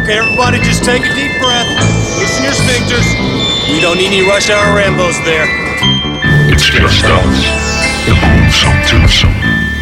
Okay, everybody just take a deep breath. Loosen your sphincters. We don't need any rush hour Rambos there. It's just us. The gruesome twosome.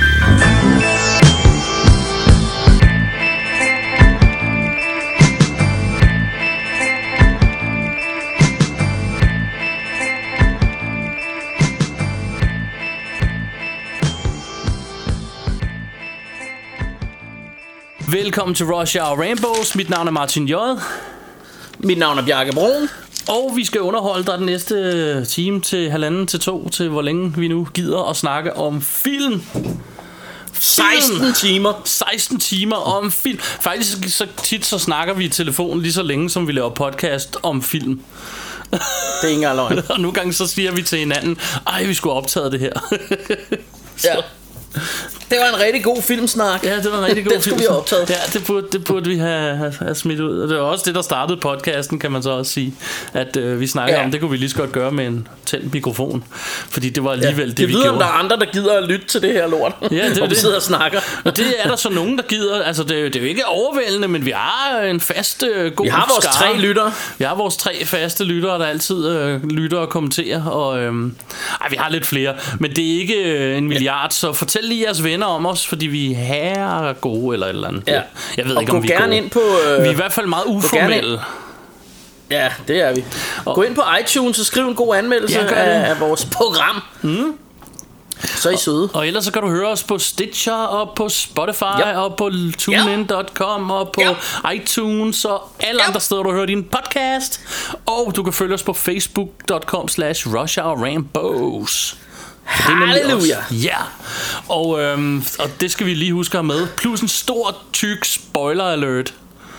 Velkommen til Rush Hour Rainbows. Mit navn er Martin J. Mit navn er Bjarke Broen. Og vi skal underholde dig den næste time til 1,5 til 2 til hvor længe vi nu gider at snakke om film. 16 timer. 16 timer om film. Faktisk så tit så snakker vi i telefon lige så længe som vi laver podcast om film. Det er ikke engang løgn. Og nogle gange så siger vi til hinanden, ej, vi skulle have optaget det her. Ja. Det var en rigtig god filmsnak. Ja, det var en rigtig god film. Den skulle vi have optaget. Ja, det burde vi have smidt ud. Og det var også det, der startede podcasten, kan man så også sige. At vi snakkede om, det kunne vi lige så godt gøre med en tændt mikrofon. Fordi det var alligevel det vi gjorde. Jeg ved, om der er andre, der gider at lytte til det her lort. Ja, det er vi sidder og snakker. Og det er der så nogen, der gider. Altså, det er jo ikke overvældende, men vi har en fast god Vi har vores skare. 3 lyttere. Vi har vores 3 faste lyttere, der altid lytter og kommenterer. Og vi har lidt flere. Men det er ikke en milliard, så fortæl lige jeres venner om os, fordi vi er gode eller et eller andet. Ja. Jeg ved og ikke, om vi er gode. ind på, vi er i hvert fald meget uformelle. Ja, det er vi. Gå ind på iTunes og skriv en god anmeldelse af vores program. Så er I søde. Og ellers så kan du høre os på Stitcher og på Spotify og på TuneIn.com og på iTunes og alle andre steder, du hører din podcast. Og du kan følge os på Facebook.com/RushHourRainbows. Halleluja. Ja. Og det skal vi lige huske at have med. Plus en stor, tyk spoiler alert.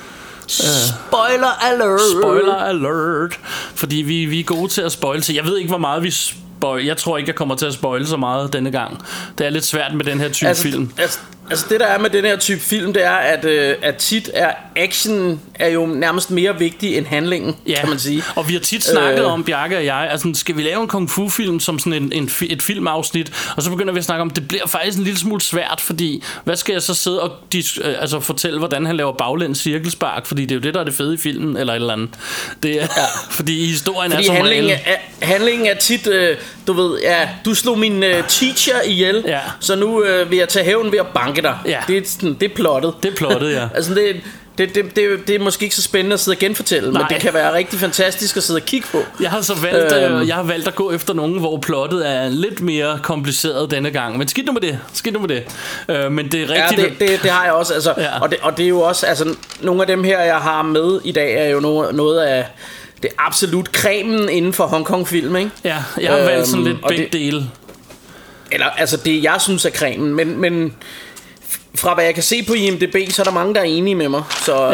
Spoiler alert. Spoiler alert. Fordi vi er gode til at spoile. Så jeg ved ikke, hvor meget vi spoil. Jeg tror ikke, jeg kommer til at spoile så meget denne gang. Det er lidt svært med den her type film. Altså det der er med den her type film, det er at tit er action er jo nærmest mere vigtig end handlingen, kan man sige. Og vi har tit snakket om, Bjarke og jeg, altså skal vi lave en kung fu film som sådan et filmafsnit, og så begynder vi at snakke om, det bliver faktisk en lille smule svært, fordi hvad skal jeg så sidde og fortælle, hvordan han laver baglæns cirkelspark, fordi det er jo det, der er det fede i filmen, eller et eller andet. Det er, fordi historien er som handlingen er tit, du ved, du slog min teacher ihjel, så nu vil jeg tage hævn ved at banke dig. Det er plottet. Det er plottet, ja. Altså det er måske ikke så spændende at sidde og genfortælle. Men det kan være rigtig fantastisk at sidde og kigge på. Jeg har så valgt at gå efter nogen, hvor plottet er lidt mere kompliceret denne gang. Men skidt nu med det. Men det er rigtigt. Det har jeg også, altså, og det er jo også, altså, nogle af dem her jeg har med i dag er jo noget af det absolut cremen inden for Hong Kong film, ikke? Ja, jeg har valgt sådan lidt begge dele. Eller altså det jeg synes er cremen, men fra hvad jeg kan se på IMDb, så er der mange, der er enige med mig.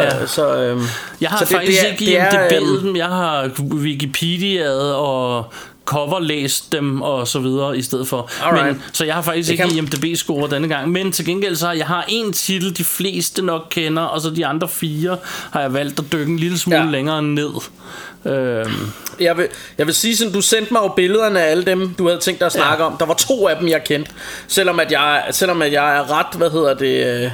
Jeg har faktisk ikke IMDb'et, jeg har Wikipedia'et og coverlæst dem og så videre i stedet for. Så jeg har faktisk ikke IMDb-score denne gang. Men til gengæld så jeg har en titel, de fleste nok kender, og så de andre 4 har jeg valgt at dykke en lille smule længere ned. Jeg vil sige sådan, du sendte mig jo billederne af alle dem du havde tænkt dig at snakke om. Der var 2 af dem jeg kendte. Selvom at jeg er ret,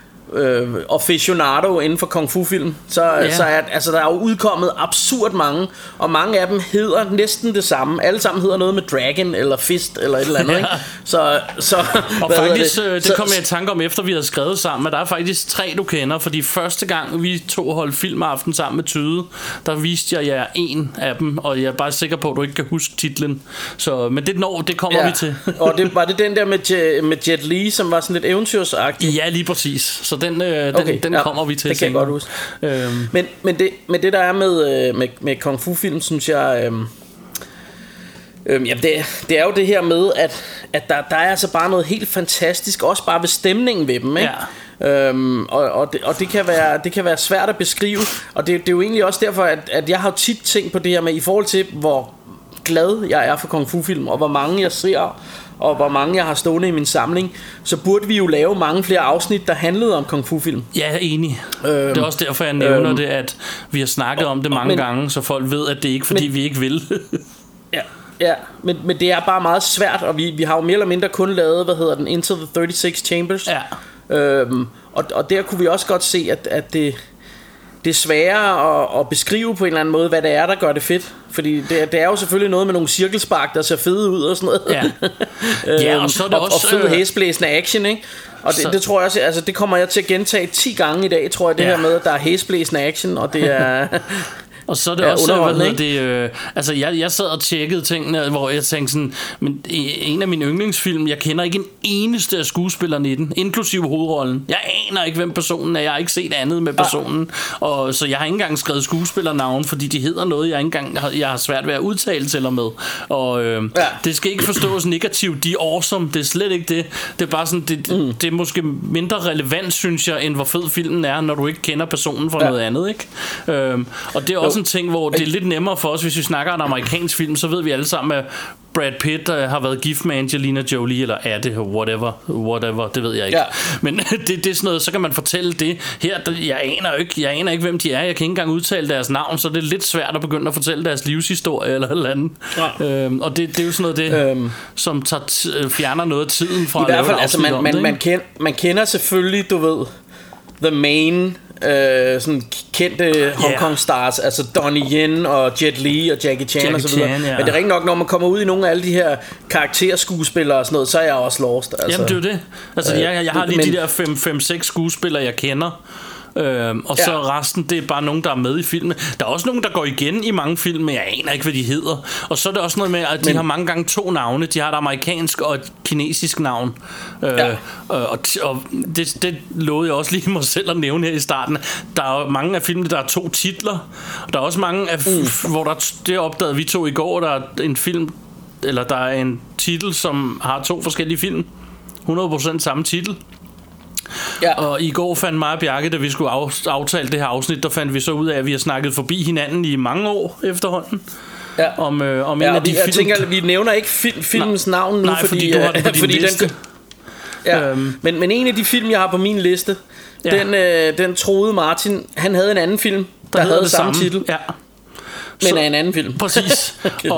aficionado inden for kung fu film, så er altså der er jo udkommet absurd mange, og mange af dem hedder næsten det samme. Alle sammen hedder noget med Dragon eller Fist eller et eller andet, ikke? Så og faktisk det kom jeg i tanke om efter vi havde skrevet sammen, at der er faktisk 3 du kender, fordi første gang vi 2 holdt filmaften sammen med Tyde, der viste jeg jer en af dem, og jeg er bare sikker på at du ikke kan huske titlen. Så men det kommer vi til. Og var det den der med Jet Li, som var sådan lidt eventyrsagtig? Ja, lige præcis. Så den kommer vi til. Det kan jeg godt huske. Men det der er med kung fu film, synes jeg det er jo det her med at der er altså bare noget helt fantastisk, også bare ved stemningen ved dem, ikke? Og det kan være svært at beskrive. Og det er jo egentlig også derfor at jeg har tit tænkt på det her med, i forhold til hvor glad jeg er for kung fu film, og hvor mange jeg ser, og hvor mange jeg har stående i min samling, så burde vi jo lave mange flere afsnit, der handlede om kung fu film. Ja, jeg er enig. Det er også derfor jeg nævner det, at vi har snakket om det mange gange, så folk ved, at det er ikke fordi vi ikke vil. Ja, men det er bare meget svært, og vi har jo mere eller mindre kun lavet, Into the 36 Chambers. Og der kunne vi også godt se, at det er sværere at beskrive på en eller anden måde, hvad det er, der gør det fedt. Fordi det er jo selvfølgelig noget med nogle cirkelspark, der ser fede ud og sådan noget. Ja, og så er det også... Og fed hæsblæsende action, ikke? Og det tror jeg også, altså det kommer jeg til at gentage 10 gange i dag, tror jeg, det her med, at der er hæsblæsende action, og det er... Og så er det også, altså jeg sad og tjekkede tingene, hvor jeg tænkte sådan, men en af mine yndlingsfilm, jeg kender ikke en eneste af skuespillerne i den, inklusive hovedrollen. Jeg aner ikke, hvem personen er, jeg har ikke set andet med personen, og så jeg har ikke engang skrevet skuespillernavn, fordi de hedder noget, jeg har svært ved at udtale til og med. Og det skal ikke forstås negativt, de er awesome, det er slet ikke det. Det er bare sådan, det er måske mindre relevant, synes jeg, end hvor fed filmen er, når du ikke kender personen fra noget andet, ikke? Og det er også en ting, hvor det er lidt nemmere for os, hvis vi snakker en amerikansk film, så ved vi alle sammen, at Brad Pitt har været gift med Angelina Jolie, eller er det whatever, det ved jeg ikke. Men det er sådan noget, så kan man fortælle det. Her, jeg aner ikke, hvem de er. Jeg kan ikke engang udtale deres navn, så det er lidt svært at begynde at fortælle deres livshistorie eller noget andet. Og det er jo sådan noget, som fjerner noget af tiden fra i hvert fald, altså man kender selvfølgelig, du ved, the main sådan kendte Hong Kong stars, altså Donnie Yen og Jet Li og Jackie Chan og så videre. Men det er rigtig nok, når man kommer ud i nogle af alle de her karakterskuespillere og sådan noget, så er jeg også lost. Altså. Jamen det er jo det. Altså jeg har lige de der 5-6 skuespillere, jeg kender. Og så resten, det er bare nogen, der er med i filmen. Der er også nogen, der går igen i mange film, men jeg aner ikke, hvad de hedder. Og så er det også noget med, at de har mange gange 2 navne. De har et amerikansk og et kinesisk navn. Og det lovede jeg også lige mig selv at nævne her i starten. Der er mange af filmene, der er 2 titler. Og der er også mange af hvor det opdagede vi 2 i går. Der er en film, eller der er en titel, som har 2 forskellige film. 100% samme titel. Og i går fandt mig og Bjarke, da vi skulle aftale det her afsnit, der fandt vi så ud af, at vi har snakket forbi hinanden i mange år efterhånden. Om en af de film. Jeg tænker, vi nævner ikke filmens navn nu, fordi du har den på din liste. Men en af de film, jeg har på min liste, den troede Martin, han havde en anden film, der havde samme titel. Men af en anden film. Præcis.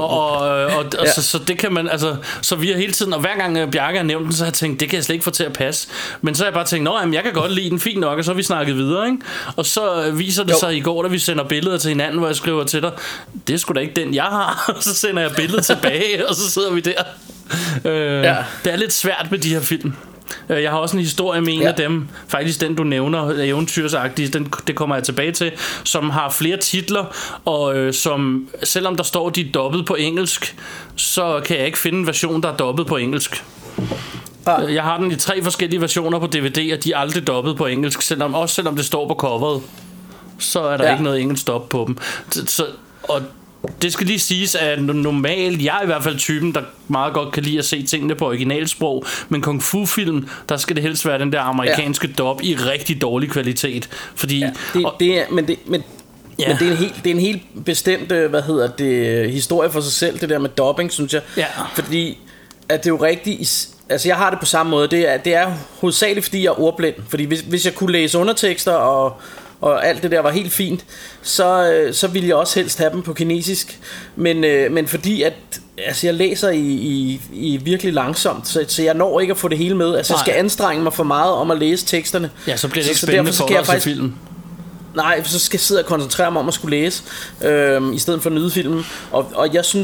Så det kan man, altså, så vi har hele tiden, og hver gang Bjarke har nævnt den, så har jeg tænkt, det kan jeg slet ikke få til at passe. Men så har jeg bare tænkt, jeg kan godt lide den, fint nok, og så har vi snakket videre, ikke? Og så viser det sig i går, da vi sender billeder til hinanden, hvor jeg skriver til dig, det er sgu da ikke den, jeg har. Og så sender jeg billedet tilbage, og så sidder vi der. Det er lidt svært med de her film. Jeg har også en historie med en af dem, faktisk den du nævner, eventyrsagtig, det kommer jeg tilbage til, som har flere titler, og som, selvom der står de er dobbelt på engelsk, så kan jeg ikke finde en version, der er dobbelt på engelsk. Jeg har den i 3 forskellige versioner på DVD, og de er aldrig dobbelt på engelsk, selvom det står på coveret, så er der ikke noget engelsk dub på dem. Og det skal lige siges, at normalt, jeg er i hvert fald typen, der meget godt kan lide at se tingene på originalsprog, men kung fu film, der skal det helst være den der amerikanske dub i rigtig dårlig kvalitet, fordi men det er en helt bestemt historie for sig selv, det der med dubbing, synes jeg. Fordi at det er jo rigtigt. Altså jeg har det på samme måde. Det er hovedsageligt fordi jeg er ordblind. Fordi hvis jeg kunne læse undertekster og alt det der var helt fint, så ville jeg også helst have dem på kinesisk. Men fordi at altså jeg læser i virkelig langsomt, så jeg når ikke at få det hele med. Altså jeg skal anstrenge mig for meget om at læse teksterne. Ja, så bliver det ikke spændende for dig at se filmen. Nej, så skal jeg sidde og koncentrere mig om at skulle læse i stedet for at nyde filmen. Og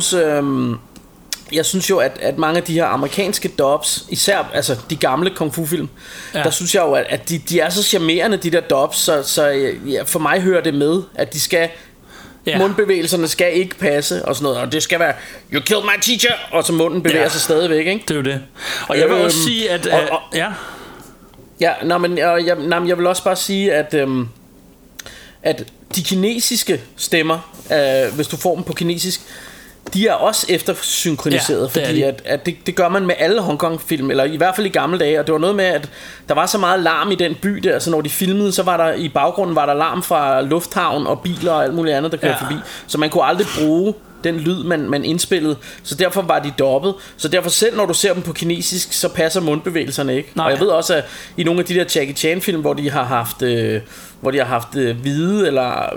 jeg synes jo, at mange af de her amerikanske dubs, især altså de gamle kung fu film, der synes jeg jo, at de er så charmerende, de der dubs, så for mig hører det med, at de skal mundbevægelserne skal ikke passe og sådan noget, og det skal være you killed my teacher, og så munden bevæger sig stadigvæk, ikke? Det er jo det. Og jeg vil også sige at jeg vil også bare sige at de kinesiske stemmer, hvis du får dem på kinesisk, de er også eftersynkroniseret, fordi det gør man med alle Hong Kong film, eller i hvert fald i gamle dage. Og det var noget med, at der var så meget larm i den by der, så når de filmede, så var der i baggrunden larm fra lufthavn og biler og alt muligt andet, der kørte forbi. Så man kunne aldrig bruge den lyd man indspillede. Så derfor var de dobbet. Så derfor selv når du ser dem på kinesisk, så passer mundbevægelserne ikke. Og jeg ved også, at i nogle af de der Jackie Chan film, hvor de har haft hvide eller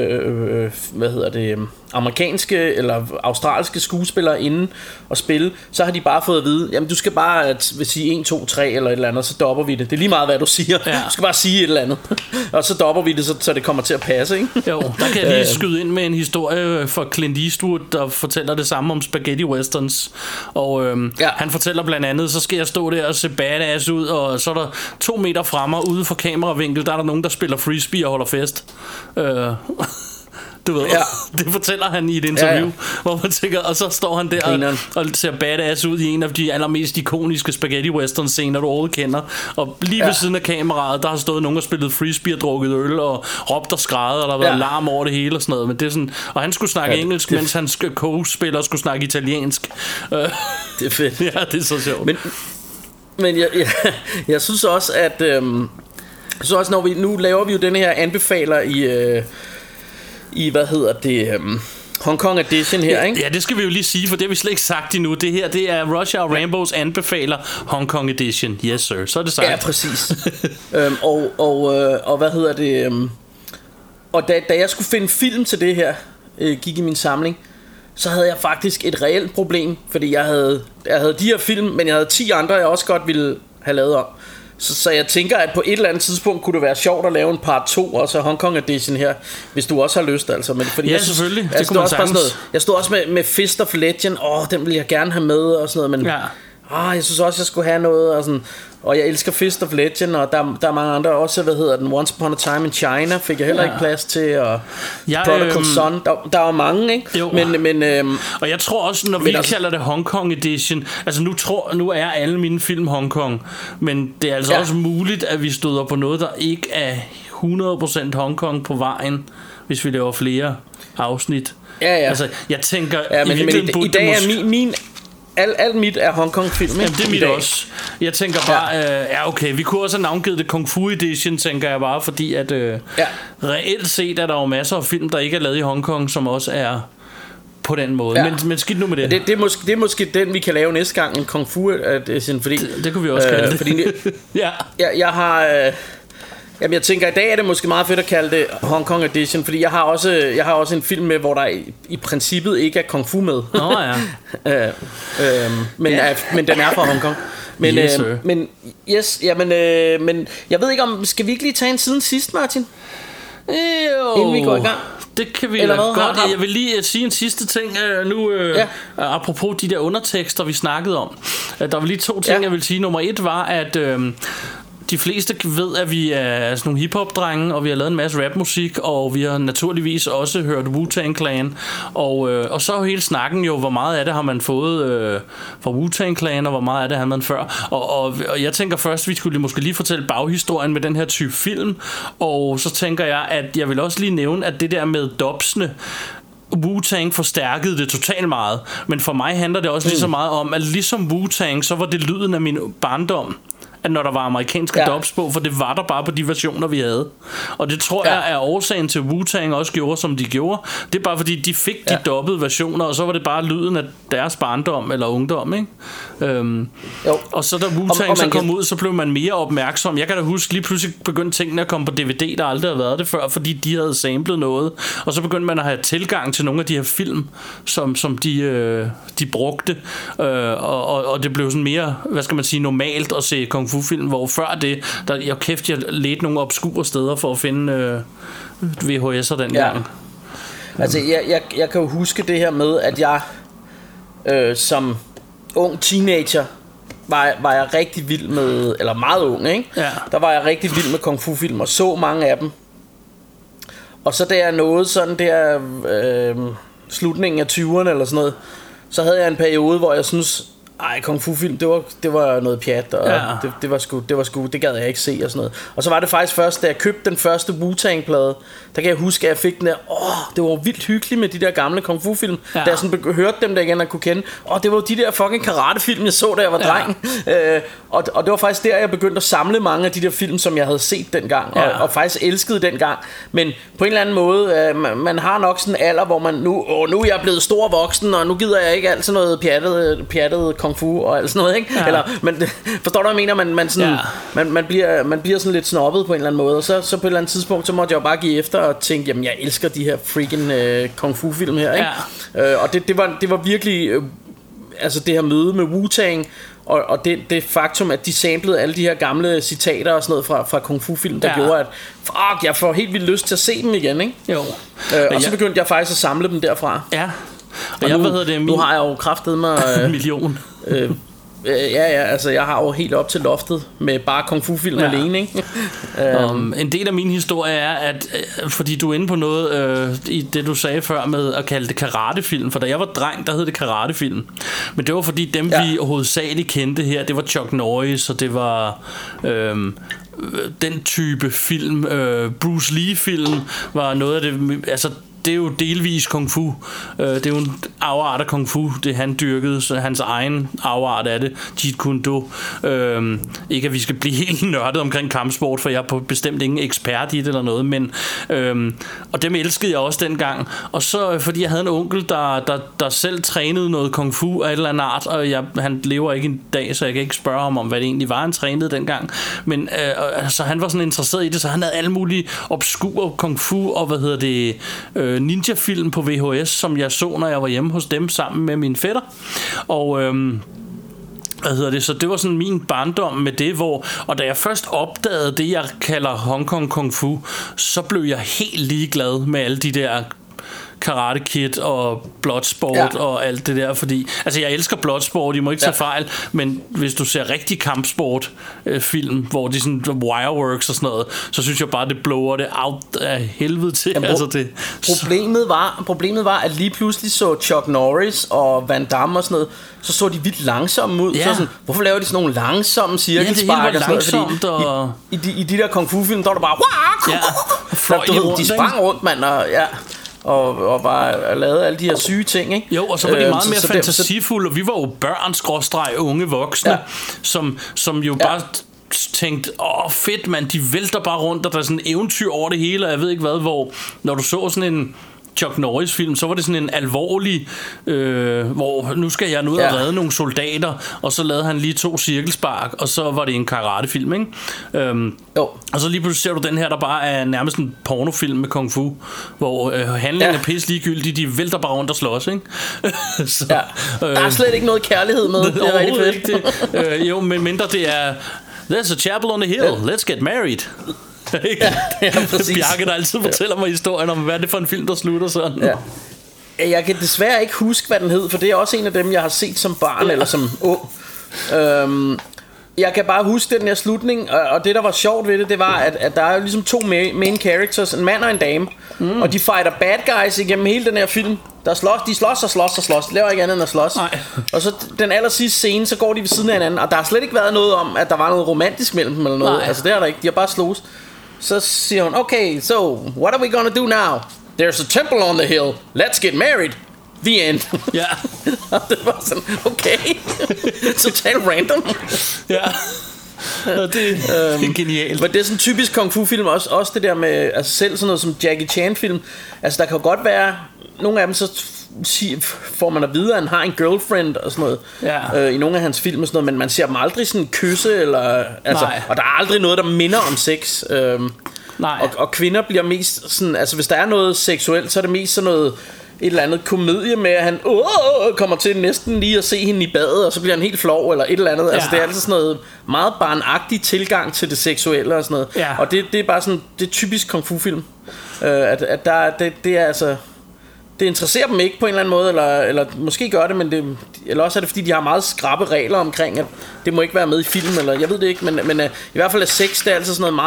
amerikanske eller australske skuespillere inde og spille, så har de bare fået at vide, jamen du skal bare sige 1, 2, 3 eller et eller andet, så dopper vi det. Det er lige meget hvad du siger. Du skal bare sige et eller andet. Og så dopper vi det, så det kommer til at passe, ikke? Jo, der kan jeg lige skyde ind med en historie fra Clint Eastwood, der fortæller det samme om spaghetti westerns. Og han fortæller blandt andet, så skal jeg stå der og se badass ud, og så er der 2 meter fra mig ude for kameravinkel, der er der nogen, der spiller frisbee og holder fest. Du ved, det fortæller han i et interview, hvor man tænker, og så står han der og ser badass ud i en af de allermest ikoniske spaghetti western scener du overhovedet kender. Og lige ved siden af kameraet, der har stået nogen og spillet frisbee og drukket øl og råbt og skrædet, og der har været larm over det hele og sådan noget. Men det er sådan, og han skulle snakke engelsk, mens hans co-spiller skulle snakke italiensk. Det er fedt. Ja, det er så sjovt. Men jeg synes også, at så også når nu laver vi jo den her anbefaler i Hong Kong Edition her, ikke? Ja, det skal vi jo lige sige, for det har vi slet ikke sagt endnu. Det her, det er Rush Hour Rambos anbefaler Hong Kong Edition. Yes sir, så er det sagt. Ja, præcis. Og da jeg skulle finde film til det her, gik i min samling, så havde jeg faktisk et reelt problem, fordi jeg havde de her film, men jeg havde 10 andre, jeg også godt ville have lavet om. Så jeg tænker, at på et eller andet tidspunkt kunne det være sjovt at lave en part 2, og så Hong Kong Edition her, hvis du også har lyst, altså. Men fordi selvfølgelig, det kunne man sagtens. Jeg stod også med Fist of Legend, den ville jeg gerne have med, og sådan noget, men jeg synes også, jeg skulle have noget, og sådan. Og jeg elsker Fist of Legend, og der er mange andre også, Once Upon a Time in China fik jeg heller ikke plads til, og Prodigal Son, der var mange, ikke? Jo. Men og jeg tror også, når vi kalder det Hong Kong Edition, altså nu er alle mine film Hong Kong, men det er altså også muligt, at vi støder på noget, der ikke er 100% Hong Kong på vejen, hvis vi laver flere afsnit. Altså, jeg tænker men i dag er min alt mit er Hong Kong film. Jamen, det er mit også. Jeg tænker bare, okay, vi kunne også have navngivet det Kung Fu Edition, tænker jeg bare, fordi at reelt set er der jo masser af film, der ikke er lavet i Hong Kong, som også er på den måde. Men skidt nu med det. Det er måske den, vi kan lave næste gang, en Kung Fu Edition, fordi det kunne vi også kalde det. Fordi jeg har jamen jeg tænker, i dag er det måske meget fedt at kalde det Hong Kong Edition, fordi jeg har også en film med, hvor der i princippet ikke er kung fu med. Men den er fra Hong Kong. Men jeg ved ikke om, skal vi ikke lige tage en siden sidst, Martin? Inden vi går i gang. Det kan vi da godt. Jeg vil lige sige en sidste ting apropos de der undertekster, vi snakkede om. Der var lige 2 ting, jeg vil sige. Nummer 1 var, at de fleste ved, at vi er sådan nogle hiphop-drenge, og vi har lavet en masse rapmusik, og vi har naturligvis også hørt Wu-Tang Clan, og så er hele snakken jo, hvor meget af det har man fået fra Wu-Tang Clan, og hvor meget af det har man før, og jeg tænker først, vi skulle måske lige fortælle baghistorien med den her type film, og så tænker jeg, at jeg vil også lige nævne, at det der med dubsene, Wu-Tang forstærkede det totalt meget, men for mig handler det også lige så meget om, at ligesom Wu-Tang, så var det lyden af min barndom, at når der var amerikanske dubs på, for det var der bare på de versioner, vi havde. Og det tror jeg er årsagen til, Wu-Tang også gjorde, som de gjorde. Det er bare fordi, de fik de dubbede versioner, og så var det bare lyden af deres barndom eller ungdom, ikke? Og så da Wu-Tang så kom ud, så blev man mere opmærksom. Jeg kan da huske, lige pludselig begyndte tingene at komme på DVD, der aldrig havde været det før, fordi de havde samlet noget. Og så begyndte man at have tilgang til nogle af de her film, som de brugte. Og det blev sådan mere, hvad skal man sige, normalt at se kung fu-film, hvor før det, jeg ledte nogle obskure steder for at finde VHS'er dengang. Altså, jeg kan jo huske det her med, at jeg som ung teenager var jeg rigtig vild med, eller meget ung, ikke? Der var jeg rigtig vild med kung fu-film, og så mange af dem. Og så da jeg nåede sådan der slutningen af 20'erne eller sådan noget, så havde jeg en periode, hvor jeg synes, Ej, kung fu film, det var noget pjat, og det gad jeg ikke se og sådan noget. Og så var det faktisk først, da jeg købte den første Wu-Tang-plade, der kan jeg huske, at jeg fik den der, det var vildt hyggeligt med de der gamle kung fu film, da jeg sådan hørte dem der igen og kunne kende, det var de der fucking karatefilm, jeg så, da jeg var dreng. Og det var faktisk der, jeg begyndte at samle mange af de der film, som jeg havde set dengang, og faktisk elskede dengang. Men på en eller anden måde, man har nok sådan en alder, hvor man nu er jeg blevet stor voksen, og nu gider jeg ikke alt sådan noget pjattet kung fu og alt sådan noget, ikke? Eller, men forstår du, hvad jeg mener? Man sådan, man bliver sådan lidt snobbet på en eller anden måde, og så på et eller andet tidspunkt, så måtte jeg jo bare give efter og tænke, jamen jeg elsker de her freaking kung fu film her, ikke? Og det var virkelig altså det her møde med Wu-Tang, og det faktum, at de samplede alle de her gamle citater og sådan noget fra kung fu film, der gjorde, at jeg får helt vildt lyst til at se dem igen, ikke? Jo. Og så begyndte jeg faktisk at samle dem derfra. Ja. Og nu har jeg jo kraftet mig million. Altså jeg har jo helt op til loftet med bare kung fu film alene, ikke? En del af min historie er, at fordi du er inde på noget i det du sagde før med at kalde det karatefilm, for da jeg var dreng, der hed det karatefilm, men det var fordi dem vi hovedsageligt kendte her, det var Chuck Norris, og det var den type film, Bruce Lee film var noget af det, altså det er jo delvis kung fu. Det er jo en afart af kung fu. Det han dyrkede, så hans egen afart af det, Jeet Kune Do. Ikke at vi skal blive helt nørdet omkring kampsport, for jeg er bestemt ingen ekspert i det eller noget, men og dem elskede jeg også dengang. Og så fordi jeg havde en onkel, der selv trænede noget kung fu af et eller andet art, og han lever ikke en dag, så jeg kan ikke spørge ham om, hvad det egentlig var, han trænede dengang. Men altså han var sådan interesseret i det, så han havde alle mulige obskure kung fu og ninja-film på VHS, som jeg så, når jeg var hjemme hos dem sammen med min fætter. Og så det var sådan min barndom med det, og da jeg først opdagede det, jeg kalder Hong Kong Kung Fu, så blev jeg helt ligeglad med alle de der Karate Kid og Bloodsport og alt det der, fordi altså jeg elsker Bloodsport, I må ikke tage fejl, men hvis du ser rigtig kampsport film, hvor de sådan wireworks og sådan noget, så synes jeg bare det blower det out af helvede til. Jamen, altså det problemet var at lige pludselig så Chuck Norris og Van Damme og sådan noget, så de vildt langsomme ud. Så sådan, hvorfor laver de sådan nogle langsomme cirkelspark og sådan noget, fordi i de der kung fu film, der var der bare de sprang rundt, mand, og bare lavede alle de her syge ting, ikke? Jo, og så var de meget mere fantasifulde, og vi var jo børn, unge voksne, som jo bare tænkte, fedt mand, de vælter bare rundt, og der er sådan en eventyr over det hele, og jeg ved ikke hvad, hvor når du så sådan en Chuck Norris film, så var det sådan en alvorlig hvor nu skal jeg ud og redde nogle soldater, og så lavede han lige 2 cirkelspark, og så var det en karatefilm, ikke? Og så lige pludselig ser du den her, der bare er nærmest en pornofilm med kung fu, hvor handlingen er pisse ligegyldig, de vælter bare rundt og slås, ikke? Så, der er slet ikke noget kærlighed med. Det er rigtig fedt. Jo, men mindre det er there's a chapel on the hill, let's get married. Bjarke, der altid fortæller mig historien om, hvad er det for en film, der slutter sådan. Jeg kan desværre ikke huske, hvad den hed, for det er også en af dem, jeg har set som barn eller som ung. Jeg kan bare huske den her slutning, og det der var sjovt ved det var, at der er jo ligesom 2 main characters, en mand og en dame, og de fighter bad guys igennem hele den her film. De slås og slås. De laver ikke andet end at slås. Og så den aller sidste scene, så går de ved siden af hinanden, og der har slet ikke været noget om, at der var noget romantisk mellem dem eller noget. Altså det er der ikke, de har bare slås. Så siger hun, okay, so what are we gonna do now? There's a temple on the hill. Let's get married. The end. Ja. Det var sådan, okay. Totalt random. Ja. Det er genialt. Men det er sådan en typisk kung fu film også det der med, altså selv sådan noget som Jackie Chan film. Altså der kan jo godt være nogle af dem, så får man at vide, at han har en girlfriend og sådan noget i nogle af hans film og sådan noget, men man ser dem aldrig sådan kysse eller altså, og der er aldrig noget der minder om sex. Og kvinder bliver mest sådan, altså hvis der er noget seksuelt, så er det mest sådan noget et eller andet komedie med, at han kommer til næsten lige at se hende i badet, og så bliver han helt flov eller et eller andet. Altså det er altså sådan noget meget barnagtig tilgang til det seksuelle og sådan noget. Og det er bare sådan, det er typisk kung fu film, at der det er altså, det interesserer dem ikke på en eller anden måde, eller måske gør det, men eller også er det fordi de har meget skrappe regler omkring, at det må ikke være med i film, eller jeg ved det ikke, men i hvert fald er sex, det er altså sådan noget meget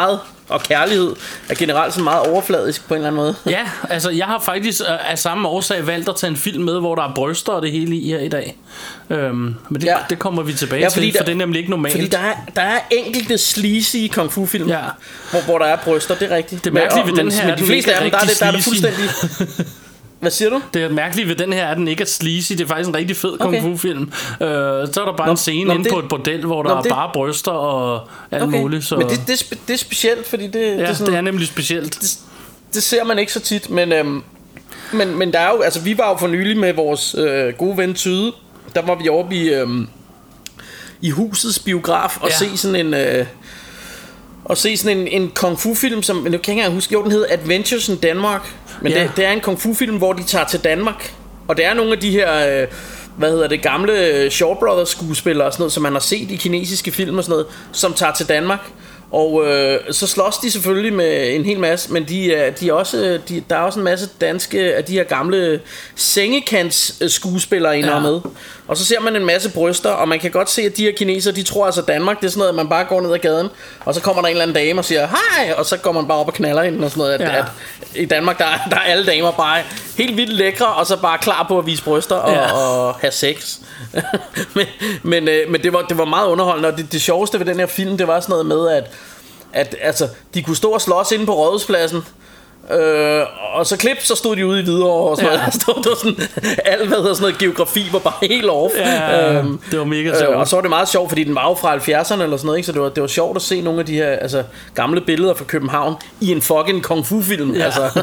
og kærlighed er generelt så meget overfladisk på en eller anden måde. Ja, altså jeg har faktisk af samme årsag valgt at tage en film med, hvor der er bryster og det hele i her i dag. Men det kommer vi tilbage til, for det er nemlig ikke normalt. Fordi der er enkelte sleazy kung fu film, hvor der er bryster, det er rigtigt. Det mærkelige ved den her men de fleste af dem, der er det fuldstændig... Hvad siger du? Det er mærkeligt ved den her, at den ikke er sleazy. Det er faktisk en rigtig fed kung fu film. Så er der bare en scene inde på et bordel, hvor der er bare bryster og alt muligt. Så. Men det er specielt, fordi det er nemlig specielt. Det ser man ikke så tit, men der er jo, altså vi var jo for nylig med vores gode ven Tyde. Der var vi oppe i husets biograf og se sådan en kung fu film, som jeg kan ikke engang huske, den hed Adventures in Denmark. Men det er en kung fu film, hvor de tager til Danmark. Og det er nogle af de her gamle Shaw Brothers skuespillere og sådan noget, som man har set i kinesiske film og sådan noget, som tager til Danmark. Og så slås de selvfølgelig med en hel masse, men der er også en masse danske af de her gamle sengekants skuespillere inde med. Og så ser man en masse bryster, og man kan godt se, at de her kinesere, de tror altså Danmark, det er sådan noget, at man bare går ned ad gaden, og så kommer der en eller anden dame og siger hej, og så går man bare op og knaller hende og sådan noget. At i Danmark, der er alle damer bare helt vildt lækre, og så bare klar på at vise bryster og have sex. men det var meget underholdende, og det sjoveste ved den her film, det var sådan noget med, at altså, de kunne stå og slås inde på Rådhuspladsen, og så så stod de ude i Hvidovre og sådan noget. Det var sådan alt sådan noget geografi var bare helt off. Det var mega sjovt. Og så var det meget sjovt, fordi den var jo fra 70'erne eller sådan noget, ikke? Så det var sjovt at se nogle af de her gamle billeder fra København i en fucking kung fu film.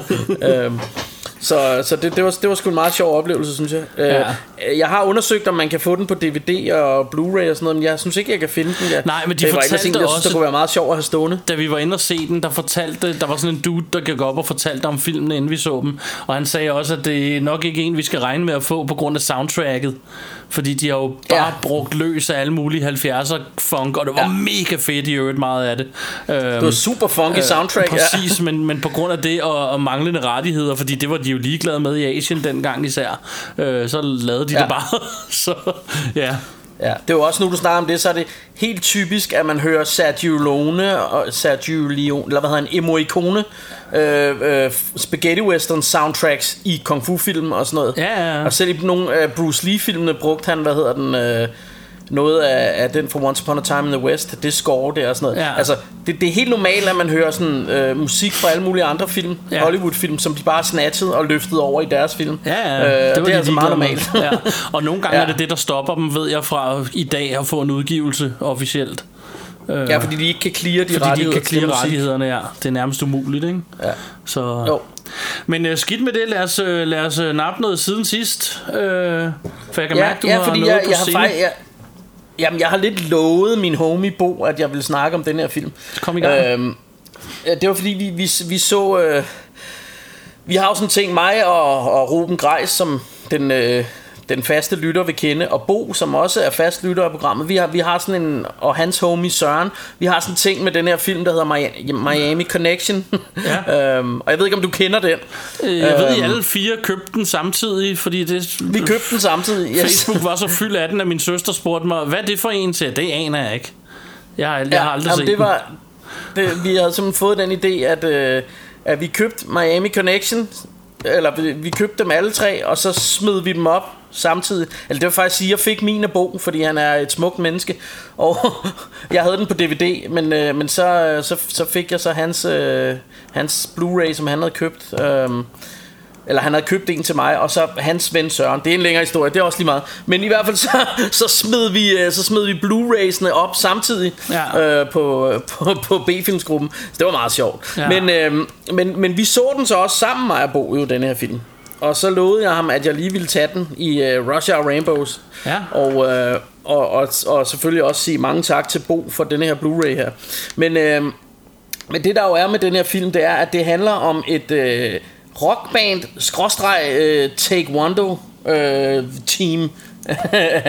Så det var sgu en meget sjov oplevelse, synes jeg. Jeg har undersøgt, om man kan få den på DVD og Blu-ray og sådan noget, men jeg synes ikke, jeg kan finde den. Nej, men de fortalte også, det kunne være meget sjovt at have stående. Da vi var inde og se den, der var sådan en dude, der gik op og fortalte om filmen, inden vi så dem. Og han sagde også, at det er nok ikke en, vi skal regne med at få på grund af soundtracket. Fordi de har jo bare brugt løs af alle mulige 70'er funk, og det var mega fedt i øvrigt meget af det. Det var super funky soundtrack. Præcis, men på grund af det og manglende rettigheder, fordi det var de jo ligeglade med i Asien dengang især, så lavede de det bare. Så ja, det er jo også, nu du snakker om det, så er det helt typisk, at man hører Sergio Leone, eller hvad hedder han, Morricone, spaghetti western soundtracks i kung fu film og sådan noget. Og selv i nogle af Bruce Lee filmene brugte han, noget af den fra Once Upon a Time in the West, det score der og sådan noget. Altså, det er helt normalt, at man hører sådan musik fra alle mulige andre film, Hollywood-film, som de bare har snatchet og løftet over i deres film. Det er altså meget normalt. Og nogle gange er det det, der stopper dem, ved jeg, fra i dag at få en udgivelse officielt. Fordi de ikke kan clear de rettighederne, det er nærmest umuligt, ikke? Så jo. Men skidt med det, lad os nappe noget siden sidst. For jeg kan mærke, du har noget på scenen. Jamen, jeg har lidt lovet min homie Bo, at jeg ville snakke om den her film. Kom i gang. Det var fordi vi så vi har jo sådan ting, mig og Ruben Greis, som den faste lytter vil kende, og Bo, som også er fast lytter af programmet. Vi har sådan en, og hans homie Søren, vi har sådan en ting med den her film, der hedder Miami Connection. Og jeg ved ikke, om du kender den. Jeg ved, I alle 4 købte den samtidig, fordi vi købte den samtidig, yes. Facebook var så fyldt af den, at min søster spurgte mig, hvad er det for en til? Det aner jeg ikke. Jeg har aldrig set den. Vi havde simpelthen fået den idé, at vi købte Miami Connection, eller vi købte dem alle 3, og så smed vi dem op samtidig. Eller det vil faktisk sige, at jeg fik min af Bo, fordi han er et smukt menneske, og jeg havde den på DVD, men så fik jeg så hans Blu-ray, som han havde købt. Eller han havde købt en til mig, og så hans ven Søren. Det er en længere historie, det er også lige meget. Men i hvert fald så smed vi Blu-raysene op samtidig på B-filmsgruppen. Så det var meget sjovt. Men vi så den så også sammen, mig og Bo, jo, den her film. Og så lovede jeg ham, at jeg lige ville tage den i Rush Hour Rainbows. Og selvfølgelig også sige mange tak til Bo for den her Blu-ray her. Men det der jo er med den her film, det er, at det handler om et rockband / Taekwondo team.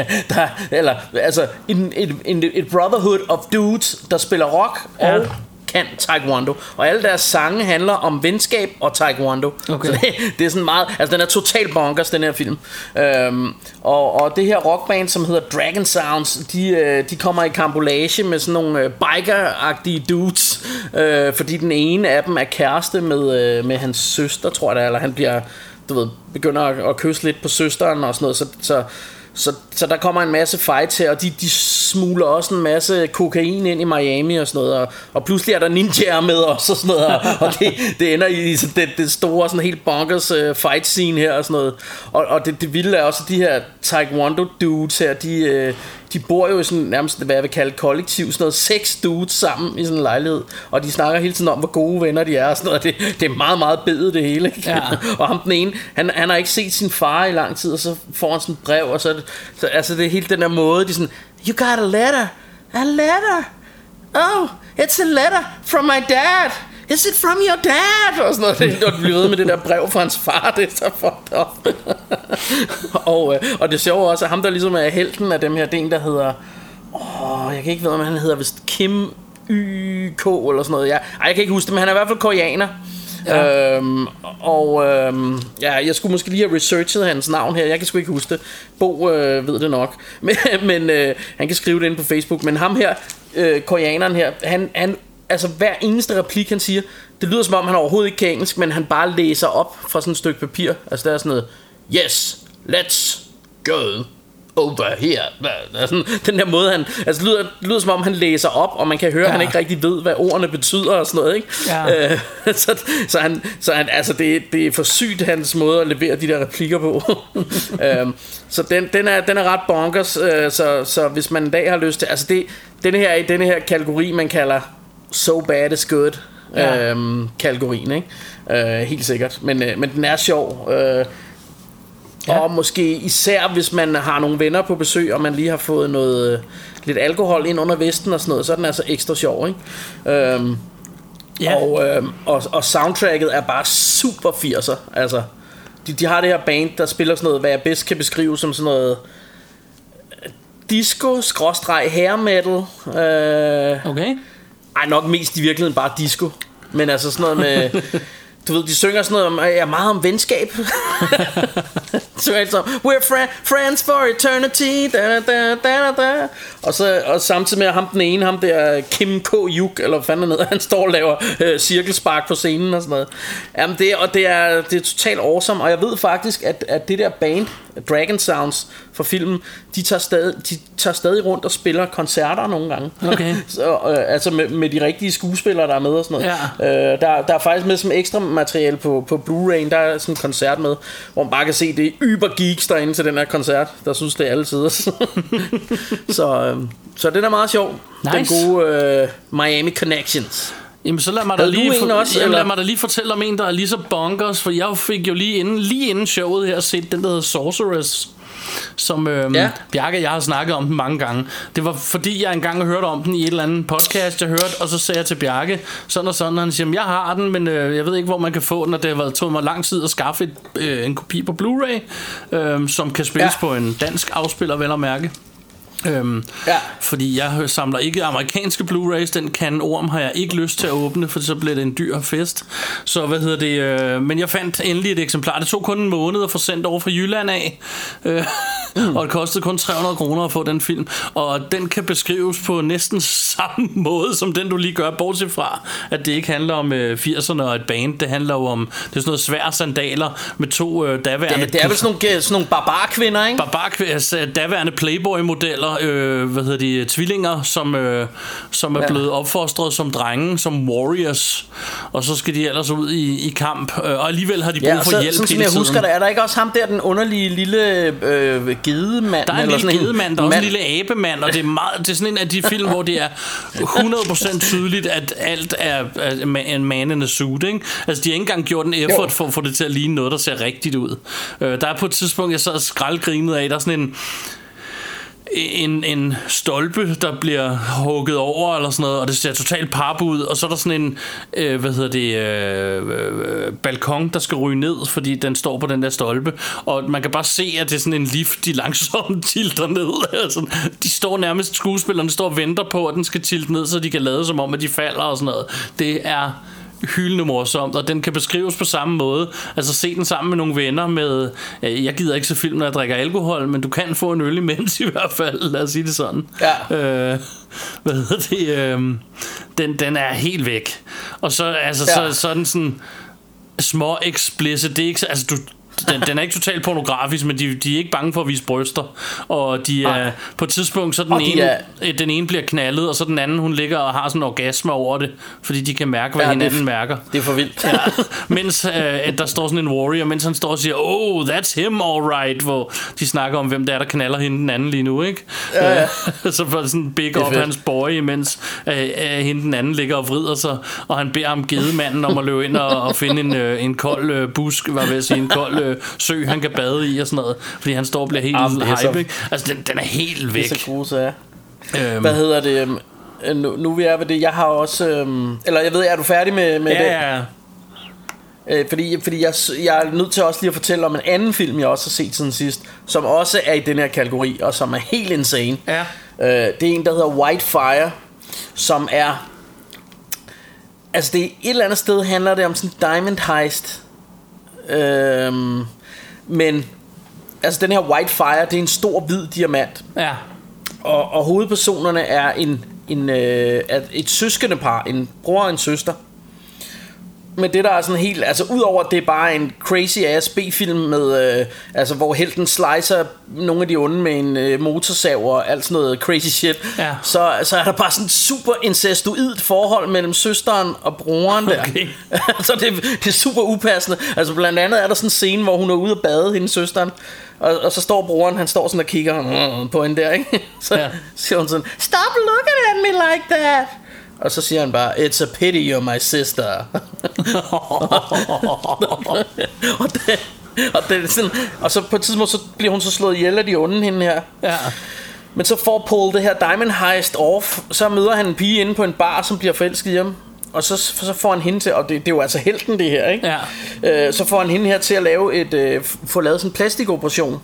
Et brotherhood of dudes, der spiller rock og kan taekwondo. Og alle deres sange handler om venskab og taekwondo. Okay. Så det er sådan meget, altså den er total bonkers, den her film. Og det her rockband, som hedder Dragon Sounds, de kommer i karambolage med sådan nogle biker-agtige dudes, fordi den ene af dem er kæreste med hans søster, tror jeg det er, eller han bliver, du ved, begynder at kysse lidt på søsteren og sådan noget, så der kommer en masse fights her, og de smugler også en masse kokain ind i Miami og sådan noget, og pludselig er der ninjaer med os og sådan noget, og det ender i det store sådan helt bonkers fight scene her og sådan noget. Og det vilde er også, at de her taekwondo dudes her, de bor jo i sådan nærmest, hvad jeg vil kalde kollektiv, sådan noget 6 dudes sammen i sådan en lejlighed, og de snakker hele tiden om, hvor gode venner de er og sådan noget. Det er meget, meget bedet det hele, ikke? Ja. Og ham den ene, han har ikke set sin far i lang tid, og så får han sådan et brev, og så altså det er helt den der måde, de sådan, you got a letter, oh, it's a letter from my dad. Is it from your dad? Og sådan noget. Og de bliver ved med det der brev fra hans far. Det er så fucked up. og det sjove også, at ham der ligesom er helten af dem her, det er en der hedder, jeg kan ikke vide om han hedder vist Kim YK eller sådan noget. Jeg kan ikke huske det, men han er i hvert fald koreaner. Ja. Jeg skulle måske lige have researchet hans navn her. Jeg kan sgu ikke huske det. Bo ved det nok. Men han kan skrive det ind på Facebook. Men ham her, koreaneren her, han altså hver eneste replik han siger, det lyder som om han overhovedet ikke kan engelsk, men han bare læser op fra sådan et stykke papir. Altså der er sådan noget, yes, let's go over here. Sådan, den der måde han, altså det lyder som om han læser op, og man kan høre, at han ikke rigtig ved, hvad ordene betyder og sådan noget, ikke? Ja. Så han altså det er for sygt hans måde at levere de der replikker på. Så den er ret bonkers. Så hvis man en dag har lyst til, altså denne her kategori man kalder so bad is good, kategorien, ikke? Helt sikkert. Men den er sjov. Og måske især hvis man har nogle venner på besøg, og man lige har fået noget lidt alkohol ind under vesten og sådan noget, så er den altså ekstra sjov, ikke? Og soundtracket er bare super 80'er. Altså de har det her band, der spiller sådan noget, hvad jeg bedst kan beskrive som sådan noget disco / hair metal. Okay. Ej, nok mest i virkeligheden bare disco. Men altså sådan noget med du ved, de synger sådan noget om, meget om venskab. We're friends for eternity. Og samtidig med ham den ene, ham der Kim K. Yuk, eller hvad fanden han står og laver cirkelspark på scenen og sådan noget. Jamen det er totalt awesome. Og jeg ved faktisk at det der band Dragon Sounds for filmen, de tager stadig rundt og spiller koncerter nogle gange. Okay. Så, altså med de rigtige skuespillere der er med og sådan noget. Ja. Der er faktisk med som ekstra materiale på Blu-ray. Der er sådan en koncert med, hvor man bare kan se det yber geeks derinde til den her koncert, der synes det er altid. Så den er meget sjov. Nice. Den gode Miami Connections. Jamen så lad mig da lige fortælle om en, der er lige så bonkers. For jeg fik jo lige inden showet her set den der hedder Sorceress, som Bjarke, jeg har snakket om den mange gange. Det var fordi jeg engang har hørt om den i et eller andet podcast jeg hørte, og så sagde jeg til Bjarke sådan og sådan, og han siger, jeg har den, men jeg ved ikke hvor man kan få den, og det har taget mig lang tid at skaffe en kopi på Blu-ray, som kan spilles på en dansk afspiller, vel at mærke. Fordi jeg samler ikke amerikanske Blu-rays. Den kan orm har jeg ikke lyst til at åbne, for så bliver det en dyr fest. Så men jeg fandt endelig et eksemplar. Det tog kun en måned at få sendt over fra Jylland af, og det kostede kun 300 kroner at få den film. Og den kan beskrives på næsten samme måde som den du lige gør, bortset fra at det ikke handler om 80'erne og et band. Det handler jo om, det er sådan noget svære sandaler med to daværende, det er vel sådan nogle barbarkvinder, ikke? Daværende Playboy-modeller, tvillinger, som er blevet opfostret som drenge, som warriors, og så skal de ellers ud i kamp, og alligevel har de brug for hjælp. Sådan som jeg husker det, er der ikke også ham der, den underlige lille gedemand? Der er en lille gedemand, der er også en lille abemand, og det er sådan en af de film, hvor det er 100% tydeligt, at alt er en man in a suit, ikke? Altså de har ikke engang gjort en effort for at få det til at ligne noget, der ser rigtigt ud. Der er på et tidspunkt, jeg sad og skraldgrinede af, der er sådan en stolpe, der bliver hugget over eller sådan noget, og det ser totalt pap ud, og så er der sådan en balkon, der skal ryge ned, fordi den står på den der stolpe, og man kan bare se, at det er sådan en lift, de langsomt tilter ned. Altså, de står nærmest, skuespillerne står og venter på, at den skal tilte ned, så de kan lade som om, at de falder og sådan noget. Det er hyldende morsomt, og den kan beskrives på samme måde. Altså se den sammen med nogle venner med, jeg gider ikke se film, når jeg drikker alkohol, men du kan få en øl imens i hvert fald, lad os sige det sådan. Ja. Hvad hedder det? Den er helt væk. Og så, altså, så er den sådan små explicit. Det er ikke, altså den er ikke totalt pornografisk, men de er ikke bange for at vise bryster. Og de er på et tidspunkt, så den ene bliver knaldet, og så den anden, hun ligger og har sådan en orgasme over det, fordi de kan mærke, hvad hinanden mærker. Det er for vildt. Mens der står sådan en warrior, mens han står og siger, oh, that's him all right, hvor de snakker om, hvem der knaller hende den anden lige nu, ikke? Så får sådan big up hans boy, mens hende den anden ligger og vrider sig, og han beder ham gedemanden om at løbe ind og finde en kold busk, hvad vil jeg sige, en kold sø, han kan bade i og sådan noget, fordi han står og bliver helt hype, ikke? Altså den er helt væk. Det er så grus, hvad hedder det? Nu vi er ved det. Jeg har også eller jeg ved, er du færdig med det? Ja. Fordi jeg er nødt til også lige at fortælle om en anden film, jeg også har set siden sidst, som også er i den her kategori, og som er helt insane. Det er en, der hedder Whitefire, som er, altså det er et eller andet sted handler det om sådan en diamond heist. Men altså den her Whitefire, det er en stor hvid diamant. Og hovedpersonerne er et søskendepar, en bror og en søster. Men det der er sådan helt, altså udover at det er bare en crazy ass B-film med altså hvor helten slicer nogle af de onde med en motorsav og alt sådan noget crazy shit, så er der bare sådan et super incestuidt forhold mellem søsteren og broren der. Altså det er super upassende. Altså blandt andet er der sådan en scene, hvor hun er ude at bade, hendes søsteren, og så står broren, han står sådan og kigger på hende der, ikke? Så siger hun sådan, stop looking at me like that. Og så siger han bare, it's a pity you're my sister. og så på et tidspunkt så bliver hun så slået ihjel af de onde, hende her. Men så får Paul det her diamond heist off. Så møder han en pige inde på en bar, som bliver forelsket i ham. Og så får han hende til, og det er jo altså helten det her, ikke? Så får han hende her til at lave få lavet sådan en plastikoperation.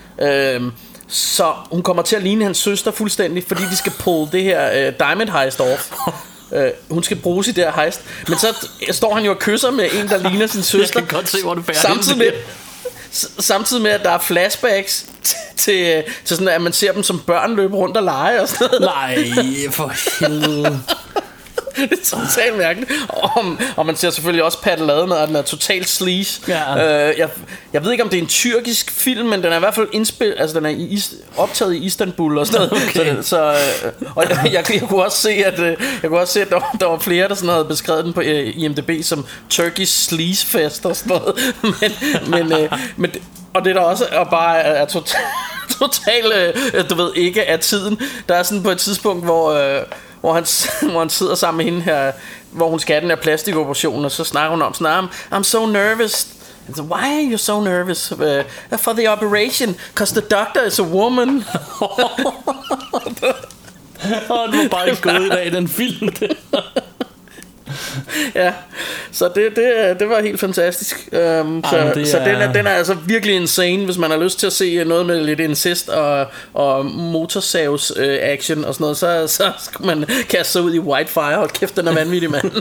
Så hun kommer til at ligne hans søster fuldstændig, fordi de skal pull det her diamond heist off. Hun skal bruge sit der heist. Men så står han jo og kysser med en, der ligner sin søster. Jeg kan godt se, hvor du bærer samtidig med at der er flashbacks til sådan, at man ser dem som børn løbe rundt og lege og sådan noget. Nej, for helvede. Det er totalt mærkeligt. Og man ser selvfølgelig også Paddelade, og den er totalt sleaze. Jeg ved ikke om det er en tyrkisk film, men den er i hvert fald indspillet, altså den er optaget i Istanbul og sådan noget. Og jeg kunne også se at der var flere, der sådan havde beskrevet den på IMDb som Turkish sleaze fest og sådan noget. Men og det der også er totalt du ved ikke af tiden. Der er sådan på et tidspunkt hvor han sidder sammen med hende her, hvor hun skal have den her plastikoperation, og så snakker hun om sådan, I'm so nervous. So, why are you so nervous for the operation? Because the doctor is a woman. Du var bare ikke gået i dag, den film. Så det var helt fantastisk. Den er altså virkelig insane, hvis man har lyst til at se noget med lidt incest og motorsavs action og sådan noget, så skal man kaste sig ud i Whitefire. Hold kæft, den er vanvittig, mand.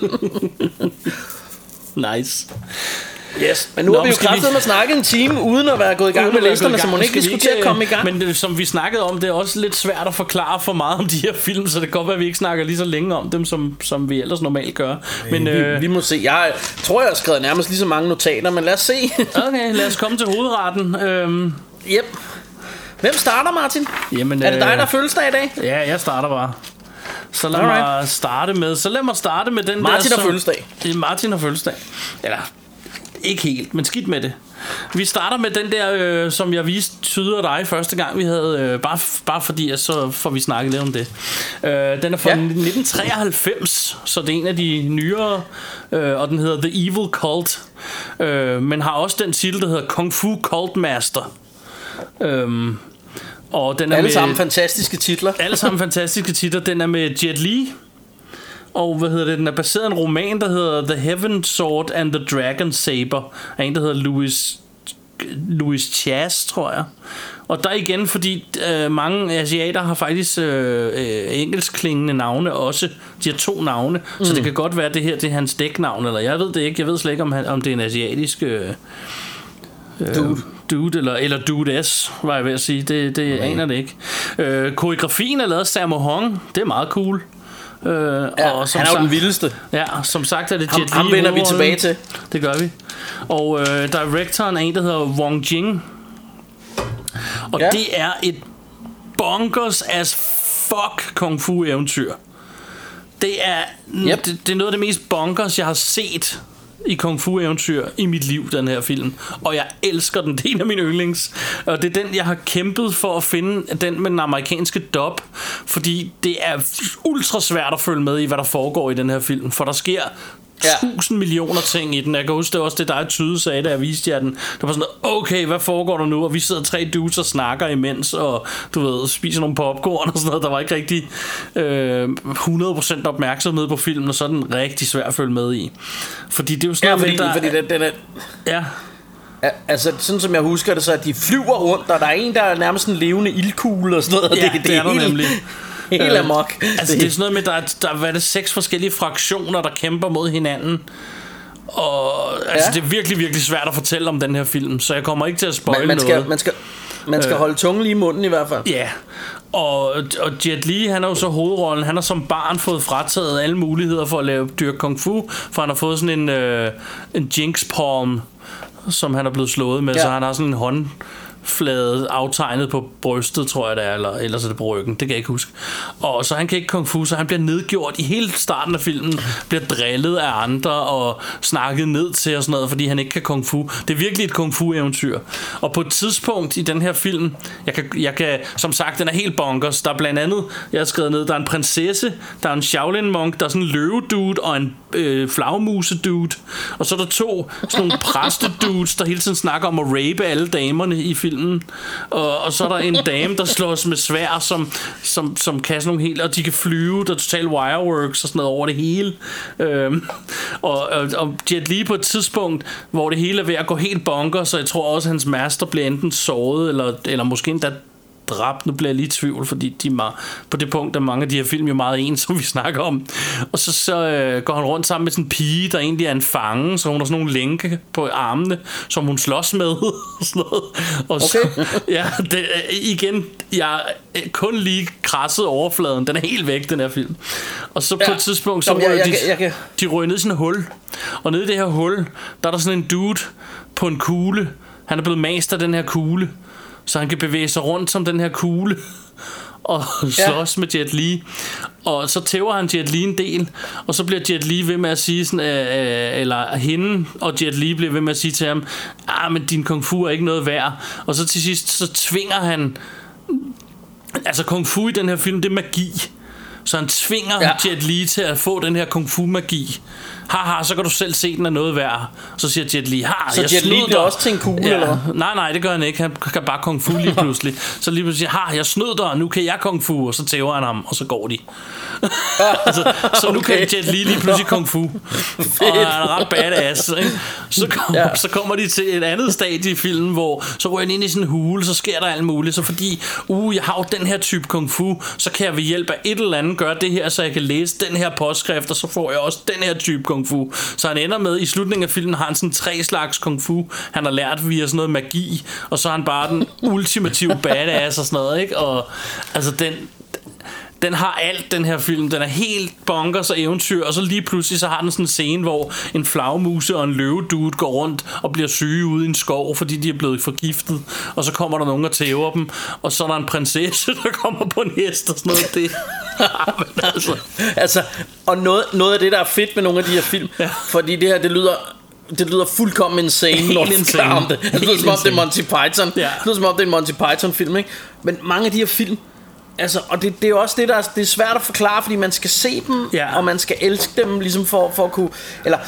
Nice. Yes, men nu har vi jo kraftigt med snakket en time uden at være gået i gang med listerne, så må ikke vi skulle til at komme i gang. Men som vi snakkede om, det er også lidt svært at forklare for meget om de her film, så det kan godt være, at vi ikke snakker lige så længe om dem, som vi ellers normalt gør. Men vi må se. Jeg tror, jeg har skrevet nærmest lige så mange notater, men lad os se. Okay, lad os komme til hovedretten. Yep. Hvem starter, Martin? Jamen, er det dig, der fødselsdag i dag? Ja, jeg starter bare. Så lad mig starte med den Martin har fødselsdag. Martin har fødselsdag. Eller ikke helt, men skidt med det. Vi starter med den der, som jeg viste tyder dig første gang vi havde, bare fordi så får vi snakket lidt om det. Den er fra 1993, så det er en af de nyere, og den hedder The Evil Cult, men har også den titel, der hedder Kung Fu Cult Master. Og den er alle sammen fantastiske titler. Alle sammen fantastiske titler. Den er med Jet Li. Og den er baseret en roman, der hedder The Heaven Sword and the Dragon Saber, af en, der hedder Louis Chas, tror jeg. Og der igen, fordi mange asiater har faktisk engelskklingende navne også. De har 2 navne, så det kan godt være, det her det er hans dæknavn, eller jeg ved det ikke. Jeg ved slet ikke, om det er en asiatisk dude eller Dude S, var jeg ved at sige. Det aner det ikke. Koreografien er lavet af Sammo Hung. Det er meget cool. Og som han er jo den vildeste. Ja, som sagt er det Jet Li. Ham vender vi tilbage til. Det gør vi. Og directoren er en, der hedder Wong Jing. Og det er et bonkers as fuck kung fu eventyr. Det er det er noget af det mest bonkers jeg har set i kung fu eventyr i mit liv, den her film. Og jeg elsker den. Det er en af mine yndlings. Og det er den jeg har kæmpet for at finde, den med den amerikanske dub, fordi det er ultra svært at følge med i, hvad der foregår i den her film, for der sker 1000 millioner ting i den. Jeg kan huske, det var også det dig Tyde sagde, da jeg viste jer den. Det var sådan, okay, hvad foregår der nu? Og vi sidder 3 dudes og snakker imens, og du ved, spiser nogle popcorn og sådan noget. Der var ikke rigtig 100% opmærksomhed på filmen, og så er den rigtig svær at følge med i. Fordi det er jo sådan noget, fordi den er... Ja. Altså sådan som jeg husker det, så at de flyver rundt, og der er en, der er nærmest en levende ildkugle og sådan noget. Ja, det er der nemlig. Helt amok. Altså det er sådan noget med, der er det 6 forskellige fraktioner, der kæmper mod hinanden. Og altså det er virkelig, virkelig svært at fortælle om den her film, så jeg kommer ikke til at spoile noget. Man skal holde tungen lige i munden i hvert fald. Ja. Og Jet Li, han er jo så hovedrollen. Han har som barn fået frataget alle muligheder for at dyrke kung fu, for han har fået sådan en jinx palm, som han er blevet slået med, så han har sådan en håndflade aftegnet på brystet, tror jeg det er, eller ellers er det på ryggen, det kan jeg ikke huske. Og så han kan ikke kung fu, så han bliver nedgjort i hele starten af filmen, bliver drillet af andre og snakket ned til og sådan noget, fordi han ikke kan kung fu. Det er virkelig et kung fu eventyr. Og på et tidspunkt i den her film, jeg kan som sagt, den er helt bonkers. Der er blandt andet, jeg har skrevet ned, der er en prinsesse, der er en Shaolin monk, der er sådan en løvedude og en flagmuse-dude, og så er der 2 sådan nogle præstedudes, der hele tiden snakker om at rape alle damerne i filmen, og så er der en dame, der slås med sværd, som kan sådan nogle helt, og de kan flyve, der er total wireworks og sådan noget over det hele. Og Jet Li på et tidspunkt, hvor det hele er ved at gå helt bonker, så jeg tror også, at hans master bliver enten såret, eller måske endda dræbt. Nu bliver jeg lige i tvivl, fordi de på det punkt er mange af de her film jo meget ens, som vi snakker om. Og så går han rundt sammen med sådan en pige, der egentlig er en fange, så hun har sådan nogle lænke på armene, som hun slås med og sådan noget. Og så, igen, jeg kun lige krasset overfladen. Den er helt væk, den her film. Og så på et tidspunkt, så de røg ned i sådan et hul. Og nede i det her hul, der er der sådan en dude på en kugle. Han er blevet mast af den her kugle, så han kan bevæge sig rundt som den her kugle og slås med Jet Li. Og så tæver han Jet Li en del, og så bliver Jet Li ved med at sige sådan, eller hende og Jet Li bliver ved med at sige til ham, men din kung fu er ikke noget værd. Og så til sidst så tvinger han, altså kung fu i den her film, det er magi, så han tvinger Jet Li til at få den her kung fu magi. Haha, så kan du selv se, den er noget værd. Så siger Jet Li, så Jet Li bliver også til en kugle, eller hvad? Nej, det gør han ikke. Han kan bare kung fu lige pludselig. Så lige pludselig siger, jeg snød dig, nu kan jeg kung fu. Og så tæver han ham, og så går de. Så nu kan Jet Li lige pludselig kung fu. Og han er ret badass, ikke? Så kommer de til et andet stadie i filmen, hvor så ryger han ind i sådan en hule, så sker der alt muligt. Så fordi, jeg har jo den her type kung fu, så kan jeg ved hjælp af et eller andet gøre det her, så jeg kan læse den her påskrift, og så får jeg også den her type kung fu. Så han ender med, i slutningen af filmen har han sådan 3 slags kung fu, han har lært via sådan noget magi, og så er han bare den ultimative badass og sådan noget, ikke? Og altså den har alt, den her film. Den er helt bonkers og eventyr. Og så lige pludselig så har den sådan en scene, hvor en flagmuse og en løvedude går rundt og bliver syge ude i en skov, fordi de er blevet forgiftet. Og så kommer der nogen og tæver dem. Og så er der en prinsesse, der kommer på en hest og sådan noget. Det altså, og noget af det, der er fedt med nogle af de her film, fordi det her, det lyder fuldkommen insane, når du snakker om det. Det lyder som om det er Monty Python. Det lyder som om det er en Monty Python film, ikke? Men mange af de her film, altså, og det er jo også det er svært at forklare, fordi man skal se dem, og man skal elske dem, ligesom for at kunne, eller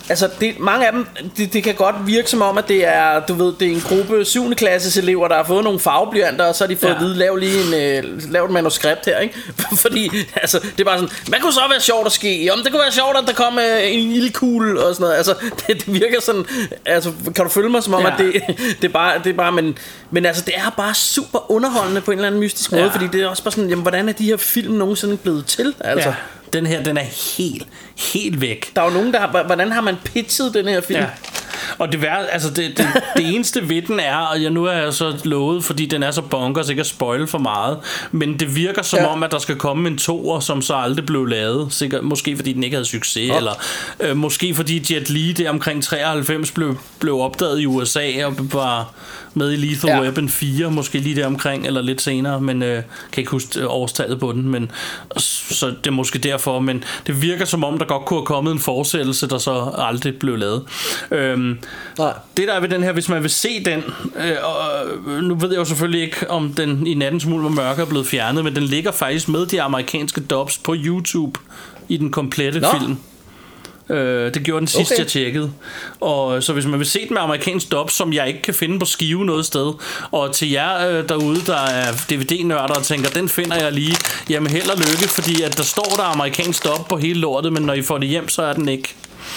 altså mange af dem, det kan godt virke som om, at det er, du ved, det er en gruppe 7. klasses elever, der har fået nogle farveblyanter, og så har de fået at vide, lav et manuskript her, ikke? Fordi, altså, det er bare sådan, hvad kunne så være sjovt at ske? Jamen, det kunne være sjovt, at der kom en ildkugle og sådan noget. Altså, det virker sådan, altså, kan du følge mig som om, at det er bare, men altså, det er bare super underholdende på en eller anden mystisk måde, fordi det er også bare sådan, jamen, hvordan er de her film nogensinde blevet til? Altså. Ja. Den her, den er helt væk. Der er jo nogen, der har, hvordan har man pitchet den her film? Ja. Og det eneste ved den er, og nu er jeg så lovet, fordi den er så bonkers, ikke at spoil for meget, men det virker som om, at der skal komme en toer, som så aldrig blev lavet. Sikkert, måske fordi den ikke havde succes, eller måske fordi Jet Li der omkring 93 blev opdaget i USA og var med i Lethal Weapon 4, måske lige der omkring, eller lidt senere, men kan ikke huske årstallet på den, men så det er måske derfor, men det virker som om, der godt kunne have kommet en fortsættelse, der så aldrig blev lavet. Det der er ved den her, hvis man vil se den, nu ved jeg jo selvfølgelig ikke, om den i Nattens Mulm og Mørke er blevet fjernet, men den ligger faktisk med de amerikanske dubs på YouTube i den komplette film. Det gjorde den sidste jeg tjekkede. Og så hvis man vil se den med amerikansk dub, som jeg ikke kan finde på skive noget sted, og til jer derude, der er DVD-nørder og tænker, den finder jeg lige, jamen held og lykke, fordi at der står der amerikansk dub på hele lortet, men når I får det hjem, så er den ikke.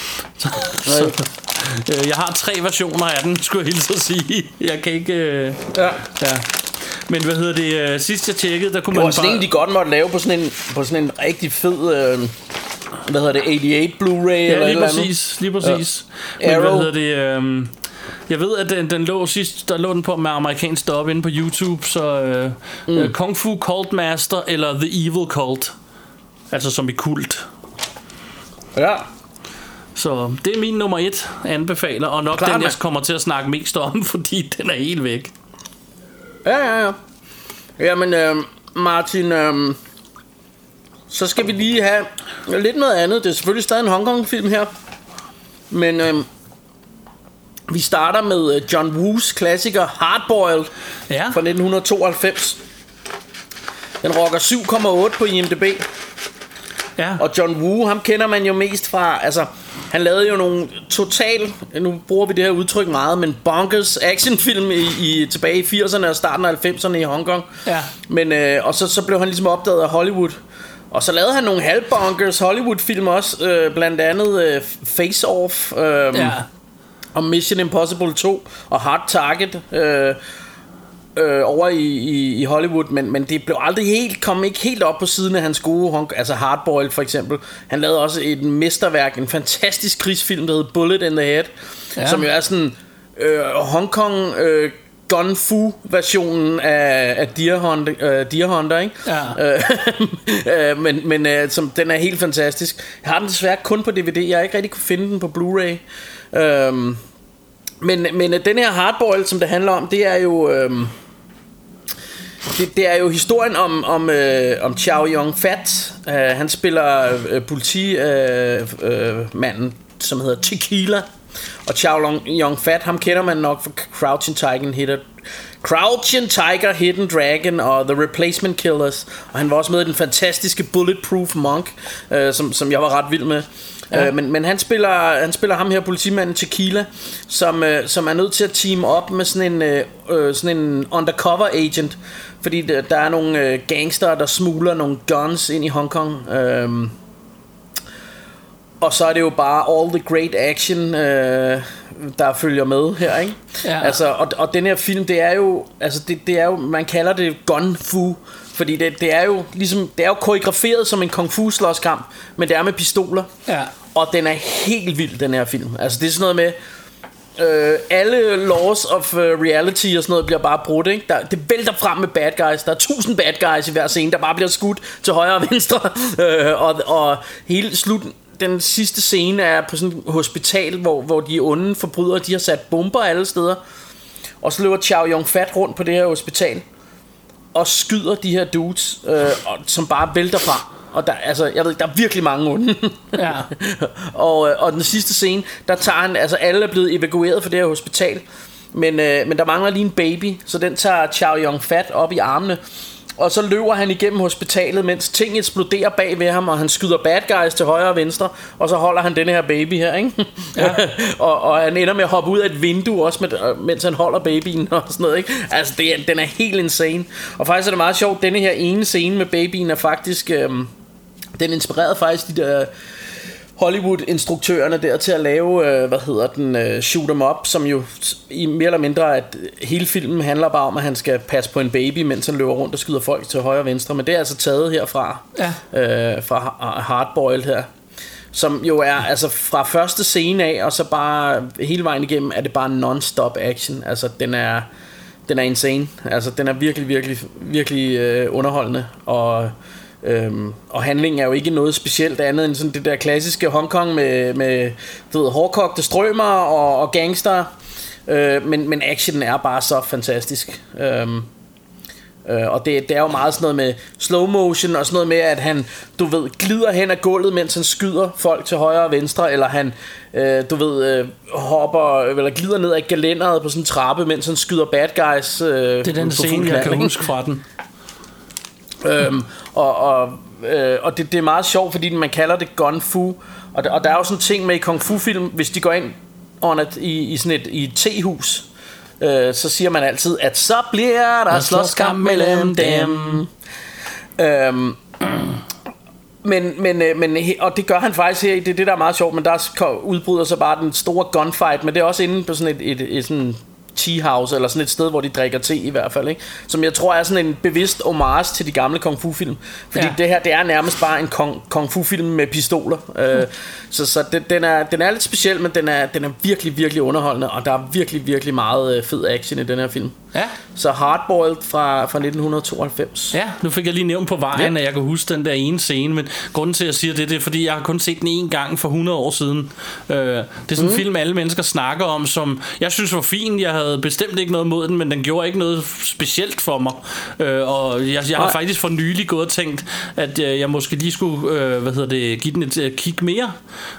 Jeg har 3 versioner af den, skulle jeg hilse at sige. Jeg kan ikke Men hvad hedder det, sidst jeg tjekkede, der kunne man bare... Det var sådan de godt måtte lave på sådan en rigtig fed hvad hedder det, 88 Blu-ray eller lige præcis, lige præcis. Men hvad hedder det, jeg ved at den lå sidst, der lå den på med amerikansk dub inde på YouTube, så Kung Fu Cult Master eller The Evil Cult, altså som i kult. Ja. Så det er min nummer 1 anbefaler, og nok den jeg kommer til at snakke mest om, fordi den er helt væk. Ja. Jamen Martin, så skal vi lige have lidt noget andet. Det er selvfølgelig stadig en Hongkong-film her, men vi starter med John Woos klassiker Hardboiled fra 1992. Den rocker 7,8 på IMDb. Ja. Og John Woo, ham kender man jo mest fra, altså han lavede jo nogle nu bruger vi det her udtryk meget, men bonkers actionfilm tilbage i 80'erne og starten af 90'erne i Hongkong. Ja. Men og så blev han ligesom opdaget af Hollywood. Og så lavede han nogle halvbonkers Hollywood-film også, blandt andet Face Off, og Mission Impossible 2 og Hard Target over i Hollywood, men det blev aldrig kom ikke helt op på siden af hans gode altså Hardboiled for eksempel. Han lavede også et mesterværk, en fantastisk krigsfilm, der hed Bullet in the Head, som jo er sådan Hongkong Gun Fu versionen af Deer Hunter, ikke? Ja. men som den er helt fantastisk. Jeg har den desværre kun på DVD. Jeg har ikke rigtig kunne finde den på Blu-ray. Men den her Hardboiled, som det handler om, det er jo det er jo historien om Chow Yun-fat. Han spiller politimanden, som hedder Tequila. Og Chow Yun-fat, ham kender man nok for Crouching Tiger, Hidden Dragon og The Replacement Killers. Og han var også med i den fantastiske Bulletproof Monk, som jeg var ret vild med. Ja. Men han spiller ham her politimanden Tequila, som er nødt til at team op med sådan en undercover agent, fordi der er nogle gangster, der smugler nogle guns ind i Hongkong. Og så er det jo bare all the great action, der følger med her, ikke? Ja. Altså, og den her film, det er jo, altså det er jo, man kalder det gun fu, fordi det er jo ligesom, det er jo koreograferet som en kung fu slåskamp, men det er med pistoler. Ja. Og den er helt vild, den her film. Altså det er sådan noget med alle laws of reality og sådan noget bliver bare brudt, ikke? Det vælter frem med bad guys. Der er 1000 bad guys i hver scene, der bare bliver skudt til højre og venstre. Og hele den sidste scene er på sådan et hospital, hvor de onde forbrydere, de har sat bomber alle steder. Og så løber Chow Yun-fat rundt på det her hospital og skyder de her dudes, som bare vælter frem. Og der, altså, jeg ved ikke, der er virkelig mange onde. Ja. og den sidste scene, der tager han, altså alle er blevet evakueret fra det her hospital, men der mangler lige en baby, så den tager Chow Yun-fat op i armene Og så løber han igennem hospitalet, mens ting eksploderer bag ved ham, og han skyder bad guys til højre og venstre, og så holder han denne her baby her, ikke? Ja. og han ender med at hoppe ud af et vindue også, mens han holder babyen og sådan noget, ikke? Altså, den er helt insane. Og faktisk er det meget sjovt, denne her ene scene med babyen er faktisk... den inspirerede faktisk de der... Hollywood-instruktørerne der til at lave, Shoot 'em Up, som jo i mere eller mindre, at hele filmen handler bare om, at han skal passe på en baby, mens han løber rundt og skyder folk til højre og venstre. Men det er altså taget herfra, fra Hardboiled her, som jo er altså fra første scene af, og så bare hele vejen igennem, er det bare non-stop action. Altså, den er insane. Altså, den er virkelig, virkelig, virkelig underholdende, og handlingen er jo ikke noget specielt andet end sådan det der klassiske Hongkong med du ved, hårdkogte strømer og gangster, men actionen er bare så fantastisk. Og det er jo meget sådan noget med slow motion og sådan noget med, at han, du ved, glider hen ad gulvet, mens han skyder folk til højre og venstre, eller han, hopper eller glider ned ad gelænderet på sådan en trappe, mens han skyder bad guys. Det er den scene, jeg kan huske fra den. Og det er meget sjovt, fordi man kalder det gun fu, og der er jo sådan en ting med i kung fu film, hvis de går ind i sådan et tehus, så siger man altid, at så bliver der slåskamp mellem dem. Men og det gør han faktisk her. Det er det, der er meget sjovt. Men der udbryder så bare den store gunfight. Men det er også inde på sådan et sådan tea house, eller sådan et sted, hvor de drikker te i hvert fald, ikke? Som jeg tror er sådan en bevidst homage til de gamle kung fu film. Fordi det her, det er nærmest bare en kung fu film med pistoler. Så den er lidt speciel, men den er virkelig, virkelig underholdende, og der er virkelig, virkelig meget fed action i den her film. Ja. Så Hardboiled fra 1992. Ja, nu fik jeg lige nævnt på vejen, at jeg kan huske den der ene scene, men grunden til at jeg siger det er fordi jeg har kun set den en gang for 100 år siden. Det er sådan en film alle mennesker snakker om, som jeg synes var fin. Jeg havde bestemt ikke noget mod den, men den gjorde ikke noget specielt for mig. Og jeg har faktisk for nylig gået og tænkt, at jeg måske lige skulle give den et kig mere.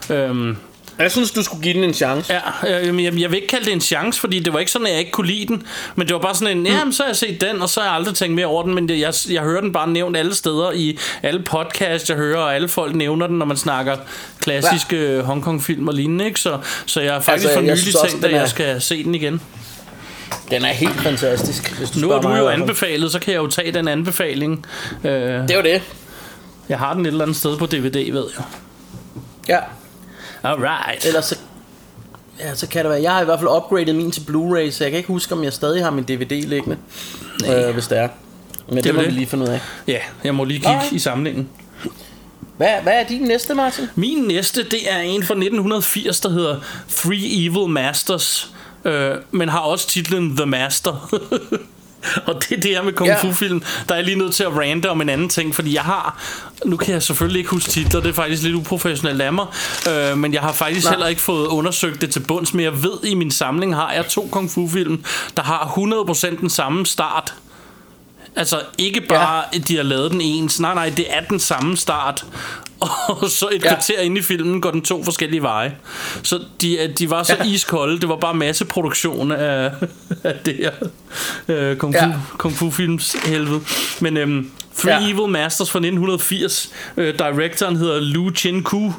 Jeg synes, du skulle give den en chance. Ja, jeg vil ikke kalde det en chance, fordi det var ikke sådan, at jeg ikke kunne lide den. Men det var bare sådan en, jamen så har jeg set den, og så har jeg aldrig tænkt mere over den. Men jeg hører den bare nævnt alle steder, i alle podcasts jeg hører, og alle folk nævner den, når man snakker klassiske Hongkong-film og lignende, ikke? Så jeg har faktisk for nylig tænkt, at jeg skal se den igen. Den er helt fantastisk. Nu har du jo anbefalet, så kan jeg jo tage den anbefaling. Det er jo det. Jeg har den et eller andet sted på DVD, ved jeg. Ja. Alright. Ellers så kan det være. Jeg har i hvert fald upgradet min til Blu-ray, så jeg kan ikke huske, om jeg stadig har min DVD liggende, hvis det er. Men det må vi lige finde ud af. Ja, jeg må lige kigge i samlingen. Hvad er din næste, Martin? Min næste, det er en fra 1980, der hedder Three Evil Masters, men har også titlen The Master. Og det er det her med kung fu film. Der er jeg lige nødt til at rante om en anden ting, fordi nu kan jeg selvfølgelig ikke huske titler, det er faktisk lidt uprofessionelt af mig, men jeg har faktisk heller ikke fået undersøgt det til bunds. Men jeg ved, i min samling har jeg 2 kung fu film, der har 100% den samme start. Altså ikke bare de har lavet den ens. Nej, det er den samme start. Og så et kvarter inde i filmen går den 2 forskellige veje. Så de var så iskolde. Det var bare masseproduktion af det her kung fu films helvede. Men Three Evil Masters fra 1980. Directoren hedder Lu Chin-ku.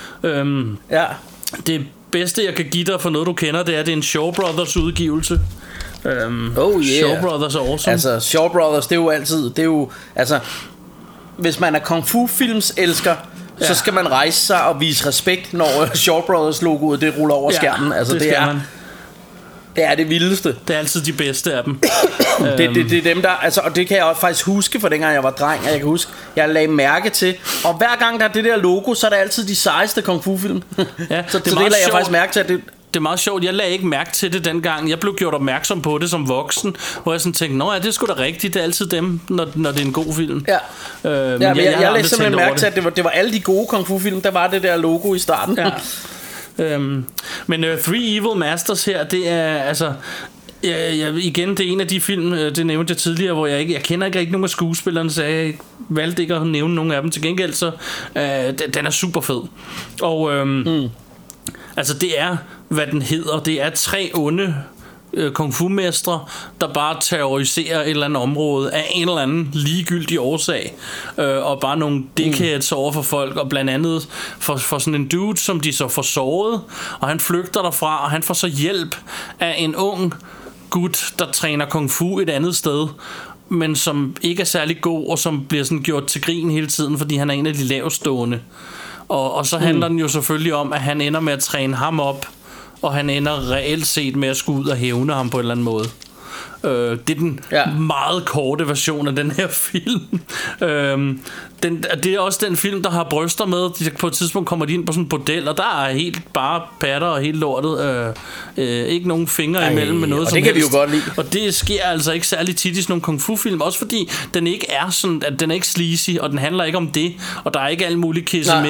Det bedste jeg kan give dig for noget du kender, det er en Shaw Brothers udgivelse. Shaw Brothers er awesome. Altså Shaw Brothers, det er jo altså, hvis man er kung fu films elsker, så skal man rejse sig og vise respekt, når Shaw Brothers logoet det ruller over skærmen. Altså det er det vildeste. Det er altid de bedste af dem. Det er dem der, altså, og det kan jeg også faktisk huske fra dengang jeg var dreng. Jeg kan huske, jeg lagde mærke til, og hver gang der er det der logo, så er det altid de sejeste kung fu film. Så det lagde jeg faktisk mærke til, at det er meget sjovt. Jeg lagde ikke mærke til det dengang. Jeg blev gjort opmærksom på det som voksen, hvor jeg sådan tænkte, nå ja, det er sgu da rigtigt. Det er altid dem, når det er en god film. Ja. Men jeg lagde simpelthen mærke til, at det var alle de gode kung fu film. Der var det der logo i starten. Men Three Evil Masters her, det er altså igen, det er en af de film, det nævnte jeg tidligere, hvor jeg kender ikke rigtig nogen af skuespillerne, så jeg valgte ikke at nævne nogen af dem. Til gengæld så den er super fed. Og altså det er, hvad den hedder. Det er 3 onde kung fu-mestre, der bare terroriserer et eller andet område af en eller anden ligegyldig årsag, og bare nogle dickheads over for folk, og blandt andet for sådan en dude, som de så får såret, og han flygter derfra, og han får så hjælp af en ung gut, der træner kung fu et andet sted, men som ikke er særlig god, og som bliver sådan gjort til grin hele tiden, fordi han er en af de lavstående. Og så handler den jo selvfølgelig om, at han ender med at træne ham op, og han ender reelt set med at skulle ud og hævne ham på en eller anden måde. Det er den meget korte version af den her film. Det er også den film, der har bryster med. På et tidspunkt kommer de ind på sådan en bordel, og der er helt bare patter og helt lortet. Ikke nogen fingre imellem med noget og som det kan helst. vi jo godt lide. Og det sker altså ikke særlig tit i sådan nogle kung fu film. Også fordi den ikke er sådan, at den er ikke sleazy, og den handler ikke om det. Og der er ikke alle mulige kiss og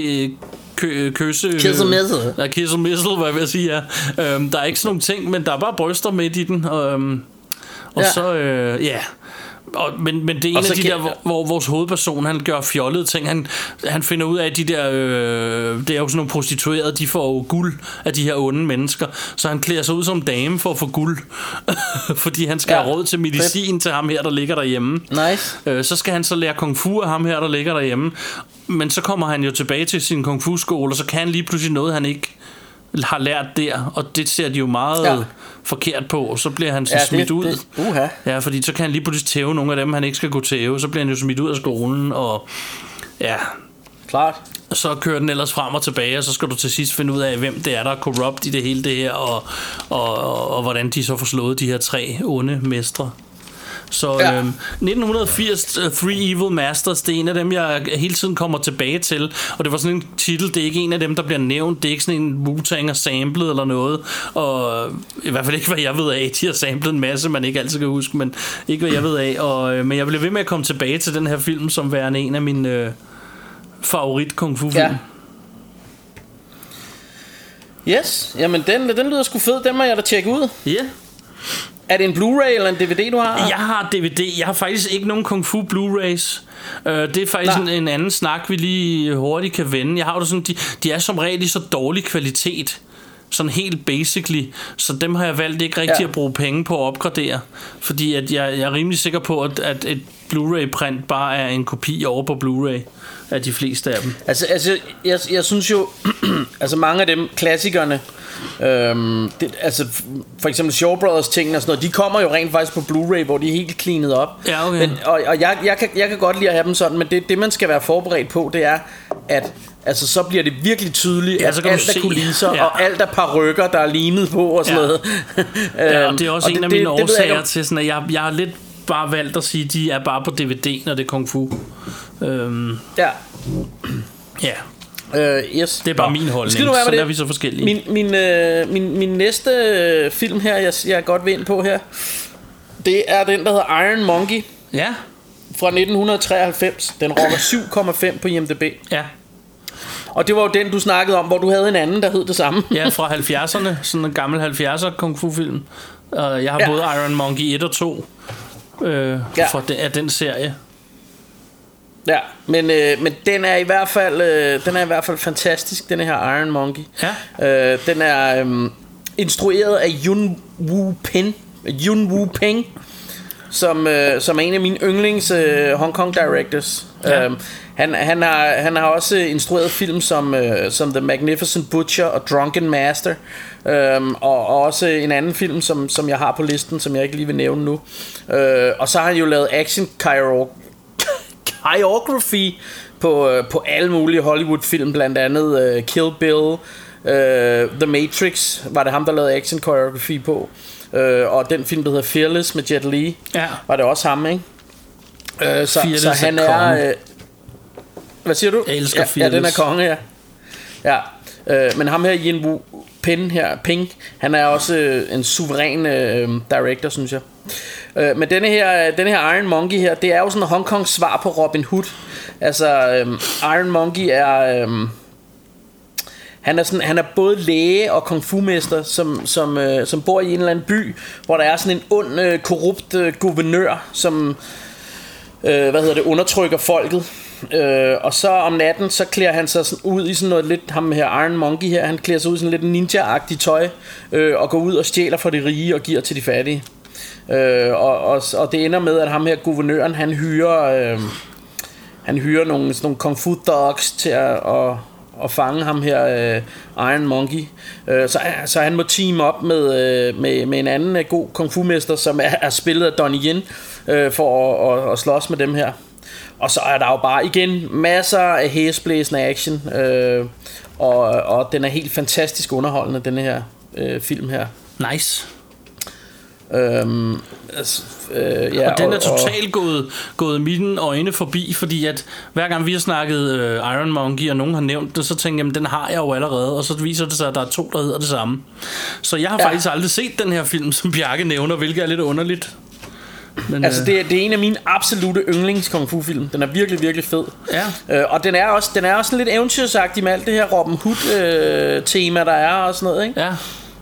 missile, hvad jeg vil sige. Der er ikke sådan nogle ting, men der er bare bryster midt i den. Og så, men det er en af de der, hvor vores hovedperson, han gør fjollede ting. Han finder ud af, at de der, det er jo sådan nogle prostituerede, de får guld af de her onde mennesker. Så han klæder sig ud som dame for at få guld. Fordi han skal have råd til medicin til ham her, der ligger derhjemme. Nice. Så skal han så lære kung fu af ham her, der ligger derhjemme. Men så kommer han jo tilbage til sin kung fu skole, og så kan han lige pludselig noget, han ikke har lært der, og det ser de jo meget forkert på, og så bliver han så smidt ud. Ja, fordi så kan han lige pludselig tæve nogle af dem, han ikke skal gå tæve, så bliver han jo smidt ud af skolen, og klart. Så kører den ellers frem og tilbage, og så skal du til sidst finde ud af, hvem det er, der er corrupt i det hele det her, og hvordan de så får slået de her 3 onde mestre. Så 1980 Three Evil Masters, det er en af dem, jeg hele tiden kommer tilbage til. Og det var sådan en titel, det er ikke en af dem, der bliver nævnt. Det er ikke sådan en Wu-Tang er samlet eller noget. Og i hvert fald ikke, hvad jeg ved af. De har samlet en masse, man ikke altid kan huske, men ikke, hvad jeg ved af. Men jeg blev ved med at komme tilbage til den her film, som værende en af mine favorit kung fu film. Yes, jamen den lyder sgu fed. Den må jeg da tjekke ud. Er det en Blu-ray eller en DVD, du har? Jeg har DVD. Jeg har faktisk ikke nogen Kung Fu Blu-rays. Det er faktisk en anden snak, vi lige hurtigt kan vende. Jeg har jo sådan, de er som regel i så dårlig kvalitet, sådan helt basically, så dem har jeg valgt ikke rigtig at bruge penge på at opgradere, fordi at jeg er rimelig sikker på, at et Blu-ray print bare er en kopi over på Blu-ray af de fleste af dem. Altså jeg synes jo altså mange af dem klassikerne, altså for eksempel Shaw Brothers ting og sådan noget, de kommer jo rent faktisk på Blu-ray, hvor de er helt cleanet op. Ja, okay. Men, og jeg kan godt lide at have dem sådan, men det man skal være forberedt på, det er at altså så bliver det virkelig tydeligt, at alt er kulisser og alt er parrykker, der er limet på og sådan noget. Og det er også en af mine årsager til sådan, at jeg har lidt bare valgt at sige, at de er bare på DVD, når det er kung fu. Yes. Det er bare min holdning. Sådan er vi så forskellige. Min næste film her, jeg godt vil ind på her, det er den, der hedder Iron Monkey. Ja. Fra 1993. Den rocker 7,5 på IMDb. Ja. Og det var jo den, du snakkede om, hvor du havde en anden, der hed det samme. Ja, fra 70'erne. Sådan en gammel 70'er kung fu film. Jeg har både Iron Monkey 1 og 2 af den serie. Ja, men den er i hvert fald fantastisk, den her Iron Monkey. Ja. Den er instrueret af Yuen Woo-ping, som er en af mine yndlings Hong Kong directors. Ja. Han har også instrueret film som The Magnificent Butcher og Drunken Master, og også en anden film som jeg har på listen, som jeg ikke lige vil nævne nu. Og så har han jo lavet action choreography på alle mulige Hollywood-film, blandt andet Kill Bill, The Matrix var det ham, der lavede action choreography på, og den film, der hedder Fearless med Jet Li, var det også ham, ikke? Så han er... hvad siger du? Jeg elsker Fearless. Ja, den er konge, ja. Men ham her, Yuen Woo-ping, han er også en suveræn director, synes jeg. Men denne her Iron Monkey her, det er jo sådan en Hong Kong svar på Robin Hood. Altså Iron Monkey er han er både læge og kung fu mester, som bor i en eller anden by, hvor der er sådan en ond korrupt guvernør, som undertrykker folket. Og så om natten, så klæder han sig sådan ud i sådan noget lidt, ham her Iron Monkey her, han klæder sig ud i sådan lidt ninja-agtigt tøj, og går ud og stjæler fra de rige og giver til de fattige. Og det ender med, at ham her guvernøren, han hyrer nogle kung fu dogs til at fange ham her Iron Monkey. Så han må team op med en anden god kung fu mester, som er spillet af Donnie Yen, for at slås med dem her. Og så er der jo bare igen masser af hæsblæsende action, og den er helt fantastisk underholdende, denne her film her. Nice. Og den er totalt gået mine øjne forbi, fordi at hver gang vi har snakket Iron Monkey, og nogen har nævnt det, så tænker jeg, jamen, den har jeg jo allerede, og så viser det sig, at der er 2, der hedder det samme. Så jeg har faktisk aldrig set den her film, som Bjarke nævner, hvilket er lidt underligt. Men, altså det er en af mine absolute yndlings kung fu film. Den er virkelig, virkelig fed. Og den er også lidt eventyrsagtig med alt det her Robin Hood tema, der er og sådan noget, ikke?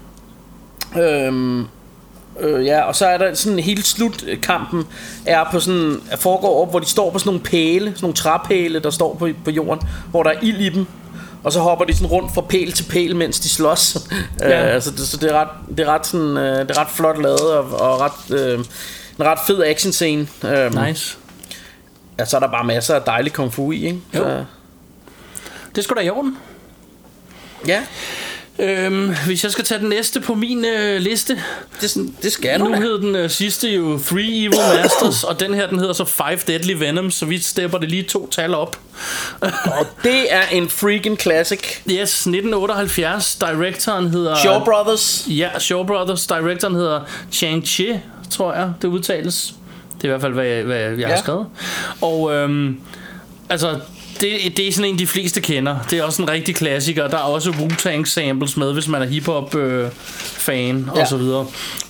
Ja. Og så er der sådan hele slutkampen foregår op, hvor de står på sådan nogle pæle, sådan nogle træpæle, der står på jorden, hvor der er ild i dem, og så hopper de sådan rundt fra pæl til pæl, mens de slås. Så det er ret flot lavet og en ret fed action scene. Nice. Ja, så er der bare masser af dejlig kung fu i, ikke? Så. Det skulle da i orden. Ja. Hvis jeg skal tage den næste på min liste, det skal nu hed den sidste jo 3 Evil Masters, og den her, den hedder så 5 Deadly Venoms, så vi stepper det lige 2 tal op. Og det er en freaking classic. Yes, 1978. Directoren hedder Shaw Brothers. Ja, Shaw Brothers. Directoren hedder Chang Cheh, tror jeg det udtales. Det er i hvert fald hvad jeg har skrevet. Og altså det er sådan en de fleste kender. Det er også en rigtig klassiker. Der er også Wu-Tang samples med, hvis man er hiphop fan og så videre.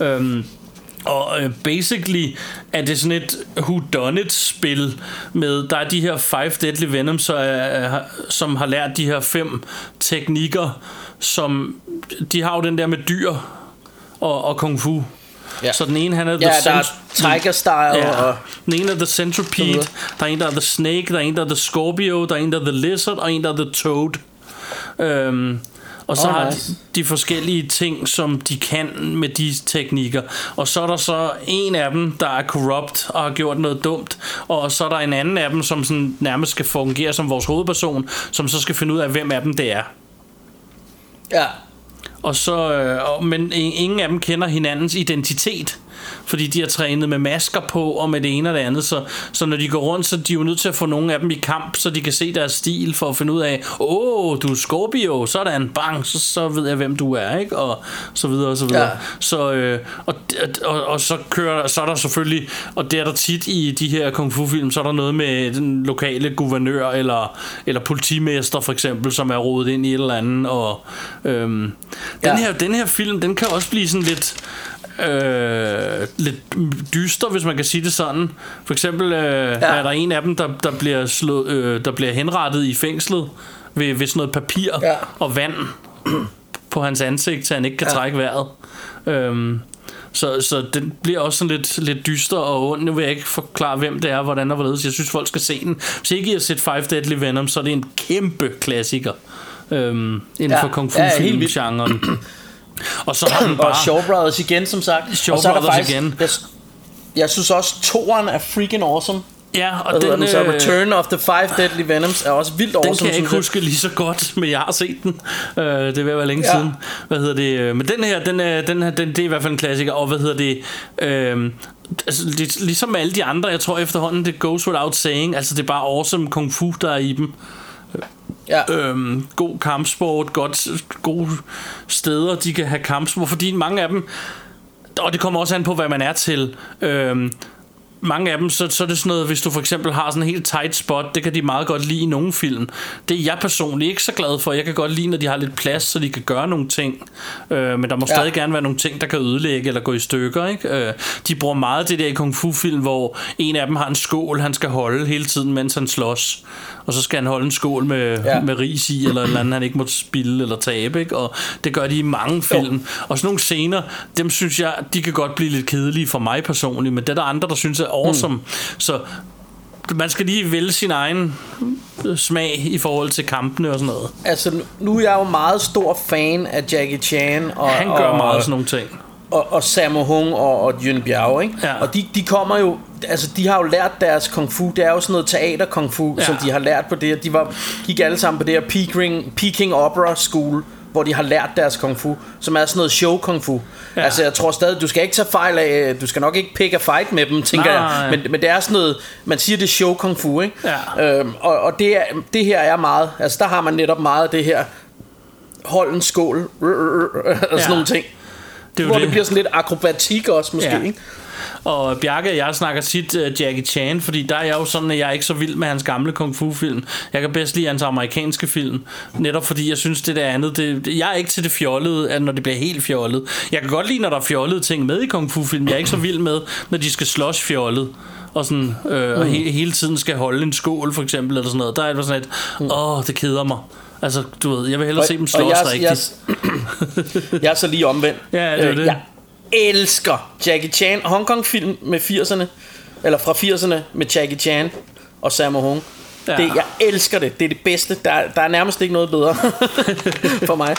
Basically er det sådan et whodunit spil med, der er de her 5 Deadly Venoms, som har lært de her 5 teknikker, som de har jo den der med dyr og kung fu. Ja. Så den ene, han er der er Tiger Style, og den ene er The Centipede, der er en, der er The Snake, der er en, der er The Scorpio, der er en, der er The Lizard, og en, der er The Toad. Og så har de forskellige ting, som de kan med de teknikker. Og så er der så en af dem, der er corrupt og har gjort noget dumt. Og så er der en anden af dem, som sådan nærmest skal fungere som vores hovedperson, som så skal finde ud af, hvem af dem det er. Ja. Og så, men ingen af dem kender hinandens identitet, fordi de har trænet med masker på og med det ene og det andet. Så når de går rundt, så er de jo nødt til at få nogle af dem i kamp, så de kan se deres stil for at finde ud af, du er Scorpio, sådan bang, så ved jeg hvem du er, ikke? Og så videre og så videre. Ja. Og så kører, så er der selvfølgelig, og det er der tit i de her kung fu film, så er der noget med den lokale guvernør eller politimester for eksempel, som er rodet ind i et eller andet. Og den her film, den kan også blive sådan lidt dyster, hvis man kan sige det sådan. For eksempel er der en af dem, der bliver henrettet i fængslet ved sådan noget papir og vand på hans ansigt, så han ikke kan trække vejret. Så den bliver også sådan lidt dyster og ond. Nu vil jeg ikke forklare, hvem det er, hvordan og hvorledes. Jeg synes, folk skal se den. Hvis ikke I har set 5 Deadly Venom, så er det en kæmpe klassiker inden for kung fu film-genren. Og så har den bare... Og Shaw Brothers igen, som sagt. Shaw Brothers igen. Jeg synes også, 2'eren er freaking awesome. Ja, og den så Return of the 5 Deadly Venoms er også vildt awesome. Den kan jeg ikke huske lige så godt, men jeg har set den. Det vil være længe siden. Men den her, det er i hvert fald en klassiker. Og altså, ligesom alle de andre, jeg tror efterhånden, det goes without saying. Altså, det er bare awesome kung fu, der er i dem. God kampsport, gode steder de kan have kampsport, fordi mange af dem, og det kommer også an på hvad man er til, mange af dem, så er det sådan noget, hvis du for eksempel har sådan en helt tight spot, det kan de meget godt lide i nogle film. Det er jeg personligt ikke så glad for. Jeg kan godt lide, når de har lidt plads, så de kan gøre nogle ting, men der må stadig gerne være nogle ting, der kan ødelægge eller gå i stykker, ikke? De bruger meget det der i kung fu film, hvor en af dem har en skål, han skal holde hele tiden, mens han slås, og så skal han holde en skål med ris i, eller et eller andet, han ikke må spilde eller tabe, ikke? Og det gør de i mange film. Og sådan nogle scener, dem synes jeg, de kan godt blive lidt kedelige for mig personligt, men det er der andre, der synes er awesome. Så man skal lige vælge sin egen smag i forhold til kampene og sådan noget. Altså, nu er jeg jo meget stor fan af Jackie Chan. Han gør meget sådan nogle ting. Og Sammo Hung og Yuen Biao, ikke? Ja. Og de kommer jo, altså de har jo lært deres kung fu. Det er jo sådan noget teater kung fu, som de har lært på det. De gik alle sammen på det her Peking Opera School, hvor de har lært deres kung fu, som er sådan noget show kung fu. Ja. Altså jeg tror stadig, du skal ikke tage fejl af, du skal nok ikke pick a fight med dem, tænker jeg. Men det er sådan noget, man siger det er show kung fu, ikke? Ja. Og det her er meget, altså der har man netop meget af det her hold en skål og sådan nogle ting. Det bliver sådan lidt akrobatik også måske, ikke? Og Bjarke og jeg snakker tit Jackie Chan, fordi der er jeg jo sådan, at jeg er ikke så vild med hans gamle kung fu film. Jeg kan bedst lide hans amerikanske film, netop fordi jeg synes det andet, jeg er ikke til det fjollede, at når det bliver helt fjollet. Jeg kan godt lide, når der er fjollede ting med i kung fu film. Jeg er ikke så vild med, når de skal slås fjollet og sådan og hele tiden skal holde en skål for eksempel eller sådan noget. Der er det sådan et det keder mig. Altså, du ved, jeg vil hellere se dem slås rigtigt. Jeg er så lige omvendt. Ja, det er det. Jeg elsker Jackie Chan. Hong Kong film med 80'erne, eller fra 80'erne med Jackie Chan og Sammo Hung. Ja. Jeg elsker det. Det er det bedste. Der er nærmest ikke noget bedre for mig.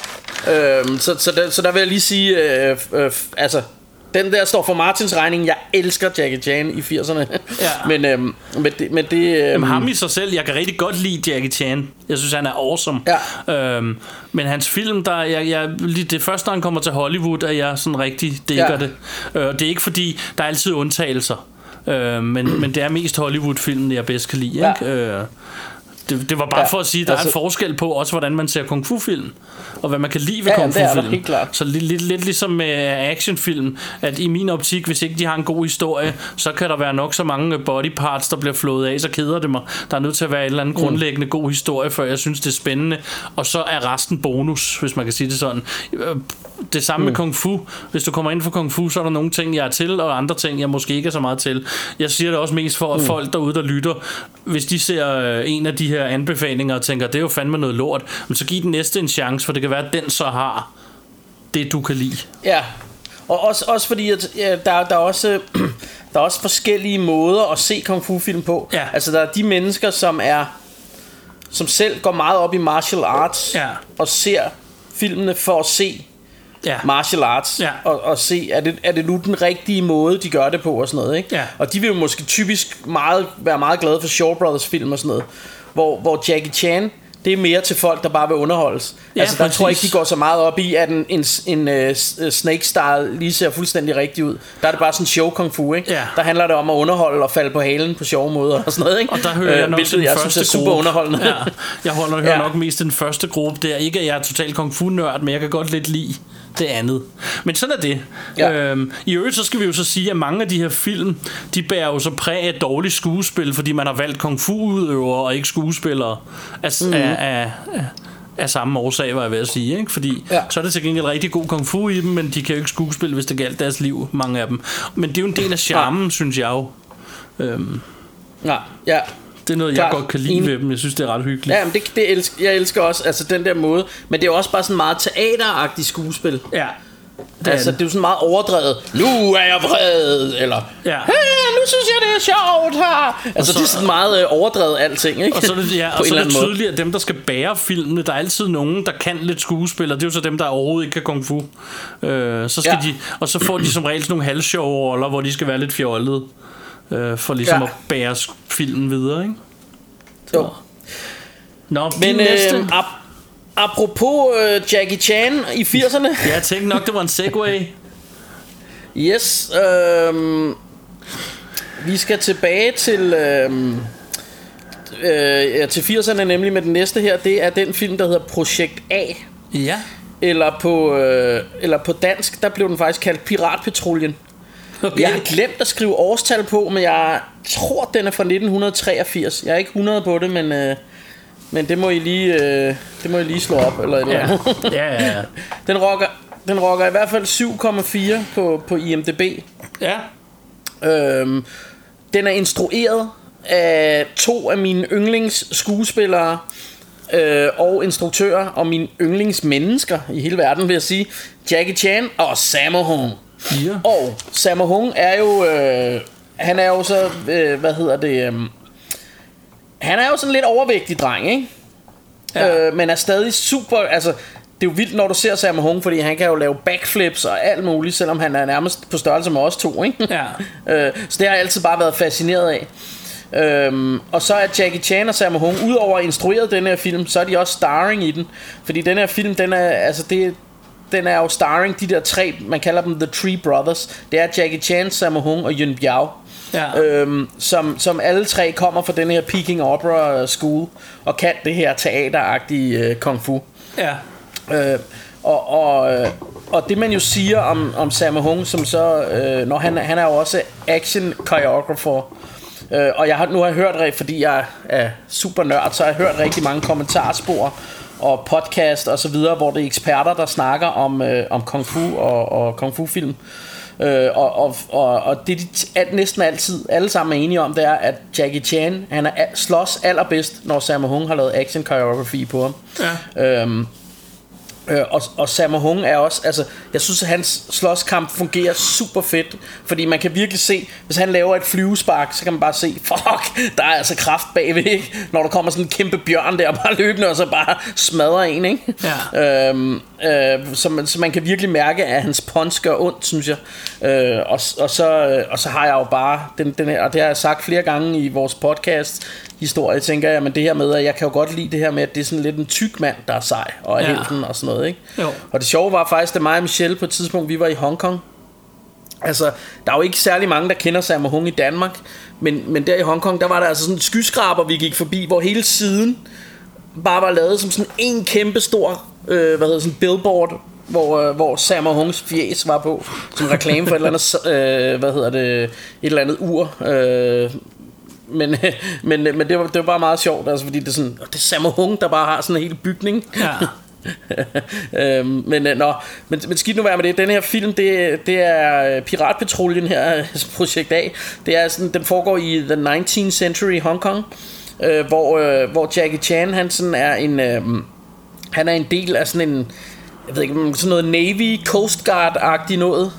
Så der vil jeg lige sige, altså den der står for Martins regning. Jeg elsker Jackie Chan i 80'erne. Ja. men det ham i sig selv, jeg kan rigtig godt lide Jackie Chan. Jeg synes han er awesome. Ja. Men hans film, det første når han kommer til Hollywood, er jeg sådan rigtig digger det. Det er ikke fordi der er altid undtagelser. Men det er mest Hollywood-filmen jeg bedst kan lide, ikke? Det var bare for at sige, der er en forskel på også hvordan man ser kung fu film og hvad man kan lide ved kung fu film. Så lidt ligesom med actionfilm, at i min optik, hvis ikke de har en god historie, så kan der være nok så mange body parts der bliver flået af, så keder det mig. Der er nødt til at være en eller anden grundlæggende god historie, før jeg synes det er spændende. Og så er resten bonus, hvis man kan sige det sådan. Det samme med kung fu. Hvis du kommer ind for kung fu, så er der nogle ting jeg er til, og andre ting jeg måske ikke er så meget til. Jeg siger det også mest for at folk derude der lytter, hvis de ser en af de her anbefalinger og tænker det er jo fandme noget lort, men så giv den næste en chance, for det kan være at den så har det du kan lide. Ja. Og også fordi at, der er også forskellige måder at se kung fu film på. Ja. Altså der er de mennesker som selv går meget op i martial arts og ser filmene for at se martial arts og se er det nu den rigtige måde de gør det på og sådan noget, ikke? Ja. Og de vil jo måske typisk være meget glade for Shaw Brothers film og sådan noget, hvor Jackie Chan det er mere til folk der bare vil underholdes. Altså der tror jeg ikke de går så meget op i at en Snake Style lige ser fuldstændig rigtig ud. Der er det bare sådan show kung fu, ikke? Ja. Der handler det om at underholde og falde på halen på sjove måder og sådan noget, ikke? Og der hører jeg nok den første super underholdende. Ja. Jeg hører nok mest den første gruppe der. Ikke at jeg er total kung fu nørd, men jeg kan godt lidt lide det andet. Men sådan er det. I øvrigt så skal vi jo så sige at mange af de her film, de bærer jo så præg af dårligt skuespil, fordi man har valgt kung fu udøvere og ikke skuespillere af samme årsag, var jeg ved at sige, ikke? Fordi så er det til gengæld rigtig god kung fu i dem, men de kan jo ikke skuespille, hvis det galt deres liv, mange af dem. Men det er jo en del af charmen, synes jeg jo. Det er noget jeg godt kan lide ved dem. Jeg synes det er ret hyggeligt. Ja, men jeg elsker også altså den der måde. Men det er også bare sådan meget teateragtigt skuespil. Ja. Altså det er jo sådan meget overdrevet. Nu er jeg vred. Eller nu synes jeg det er sjovt her. Altså det er sådan meget overdrevet alting, ikke? Og så er det, og så er det tydeligt at dem der skal bære filmene, der er altid nogen der kan lidt skuespil, og det er jo så dem der overhovedet ikke kan kung fu. Så skal de, og så får de som regel sådan nogle halvsjove roller, hvor de skal være lidt fjollede. For ligesom at bære filmen videre, ikke? Så. Nå, men næste. Apropos Jackie Chan i 80'erne. Jeg tænkte nok det var en segway. Yes. Vi skal tilbage til 80'erne, nemlig med den næste her. Det er den film der hedder Projekt A. Ja. Eller på dansk der blev den faktisk kaldt Piratpatruljen. Okay. Jeg har glemt at skrive årstal på, men jeg tror den er fra 1983. Jeg er ikke 100 på det, men det må I lige slå op eller et eller andet. Ja. Den rocker i hvert fald 7,4 på IMDb. Ja. Den er instrueret af 2 af mine yndlingsskuespillere og instruktører og mine yndlingsmennesker i hele verden, vil jeg sige. Jackie Chan og Sammo Hung. Ja. Og Sammo Hung er jo han er jo så han er jo sådan lidt overvægtig dreng, ikke? Ja. Men er stadig super, altså det er jo vildt, når du ser Sammo Hung, fordi han kan jo lave backflips og alt muligt, selvom han er nærmest på størrelse med os to, ikke? Ja. Så det har jeg altid bare været fascineret af. Og så er Jackie Chan og Sammo Hung, udover at instrueret den her film, så er de også starring i den. Fordi den her film, den er jo starring de der tre, man kalder dem The Three Brothers. Det er Jackie Chan, Sammo Hung og Yuen Biao. Ja. Som alle tre kommer fra den her Peking Opera School og kan det her teateragtige kung fu. Ja. Og det man jo siger om Sammo Hung, som så når han er jo også action choreographer. Og nu har jeg hørt, fordi jeg er super nørd, så har jeg hørt rigtig mange kommentarspor og podcast og så videre, hvor det er eksperter, der snakker om kung fu og kung fu film. Og det de næsten altid alle sammen er enige om, det er, at Jackie Chan, han slås allerbedst, når Sammo Hung har lavet action choreography på ham. Ja. Og Sammo Hung er også, altså jeg synes at hans slåskamp fungerer super fedt, fordi man kan virkelig se, hvis han laver et flyvespark, så kan man bare se, fuck, der er altså kraft bagved, ikke? Når der kommer sådan en kæmpe bjørn der bare løbende og så bare smadrer en, ikke? Ja. Så man kan virkelig mærke, at hans punch gør ondt, synes jeg. Og så har jeg jo bare den her, og det har jeg sagt flere gange i vores podcast historie, tænker jeg, men det her med, at jeg kan jo godt lide det her med, at det er sådan lidt en tyk mand, der er sej og er helten og sådan noget, ikke? Jo. Og det sjove var faktisk, at mig og Michelle på et tidspunkt, vi var i Hongkong. Altså, der er jo ikke særlig mange, der kender Sammo Hung i Danmark, men der i Hongkong, der var der altså sådan en skyskraber, vi gik forbi, hvor hele siden bare var lavet som sådan en kæmpe stor, sådan billboard, hvor Sammo Hungs fjes var på, som reklame for et eller andet, et eller andet ur. Men det var bare meget sjovt, altså, fordi det er sådan, det er Sammo Hung, der bare har sådan en hel bygning. Ja. Men skidt nu være med det. Den her film, det er Piratpatruljen her, projekt A. Det er sådan, den foregår i the 19th century Hong Kong, hvor Jackie Chan, han sådan er han er en del af sådan en, jeg ved ikke, sådan noget Navy Coast Guard-agtigt noget.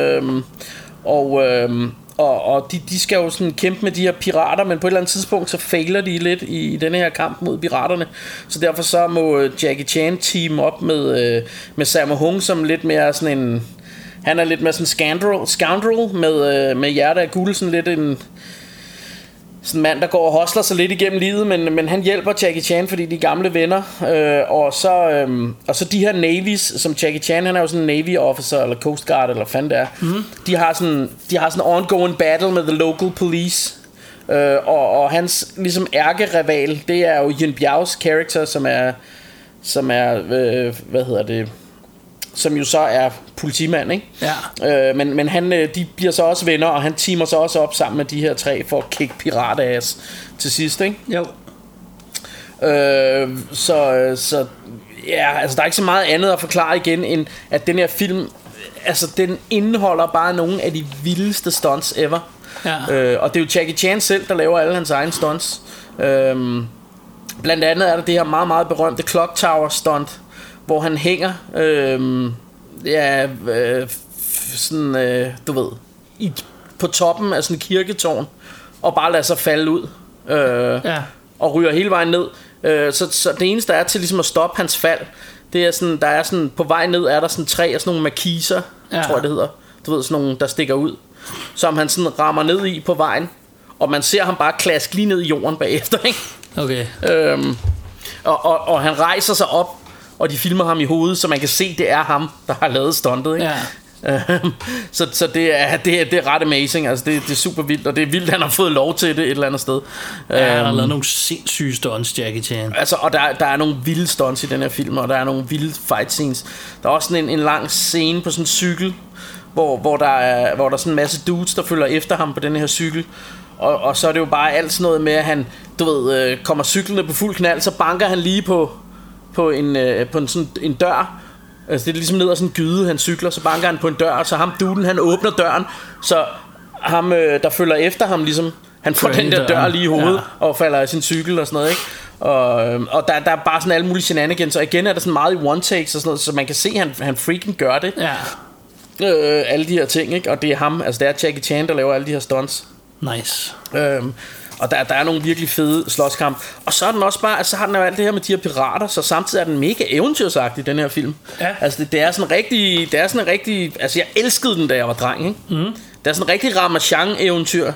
Og de skal jo sådan kæmpe med de her pirater, men på et eller andet tidspunkt så fejler de lidt i denne her kamp mod piraterne. Så derfor så må Jackie Chan team op med Sammo Hung, som lidt mere sådan en, han er lidt mere sådan scoundrel med hjerte af guld, sådan lidt en sådan en mand, der går og hostler sig lidt igennem livet, men han hjælper Jackie Chan, fordi de er gamle venner. Og så de her navies, som Jackie Chan, han er jo sådan en Navy officer, eller Coast Guard, eller hvad fanden det er. Mm-hmm. De har sådan ongoing battle med the local police. Og hans ligesom ærkerival, det er jo Yuen Biaos character, som er som jo så er politimand, ikke? Ja. Men de bliver så også venner, og han teamer så også op sammen med de her tre for at kick piratass til sidst, ikke? Jo. Så ja, altså der er ikke så meget andet at forklare igen, end at den her film, altså den indeholder bare nogle af de vildeste stunts ever. Ja. Og det er jo Jackie Chan selv, der laver alle hans egne stunts. Blandt andet er der det her meget, meget berømte Clock Tower stunt, hvor han hænger du ved, på toppen af sådan en kirketårn og bare lader sig falde ud og ryger hele vejen ned. Så det eneste der er til ligesom at stoppe hans fald, det er sådan, der er sådan, på vej ned er der sådan tre af sådan nogle markiser, tror jeg det hedder. Du ved, sådan nogle der stikker ud, som han sådan rammer ned i på vejen, og man ser ham bare klaske lige ned i jorden bagefter, ikke? Okay. Og han rejser sig op, og de filmer ham i hovedet, så man kan se, det er ham, der har lavet stuntet, ikke? Ja. Så det er ret amazing. Altså det er super vildt, og det er vildt, han har fået lov til det et eller andet sted. Ja, han har lavet nogle sindssyge stunts, Jackie Chan. Altså, og der er nogle vilde stunts i den her film, og der er nogle vilde fight scenes. Der er også sådan en lang scene på sådan en cykel, hvor der er sådan en masse dudes, der følger efter ham på den her cykel. Og så er det jo bare alt sådan noget med, at han, kommer cyklerne på fuld knald, så banker han lige på en dør. Altså det er ligesom ned ad sådan en gyde, han cykler, så banker han på en dør, og så ham duden, han åbner døren, så ham der følger efter ham ligesom, han får den der dør lige i hovedet, og falder af sin cykel og sådan noget, ikke? Og der er bare sådan alle mulige shenanigans, og igen er der sådan meget i one takes og sådan noget, så man kan se, han freaking gør det. Alle de her ting, ikke? Og det er ham, altså det er Jackie Chan, der laver alle de her stunts. Nice. Og der er nogle virkelig fede slåskamp. Og så er den også bare, altså, så har den jo alt det her med de her pirater, så samtidig er den mega eventyrsagtig, den her film. Ja. Altså det er sådan en rigtig, altså jeg elskede den, da jeg var dreng, ikke? Det er sådan en rigtig Ramachan-eventyr.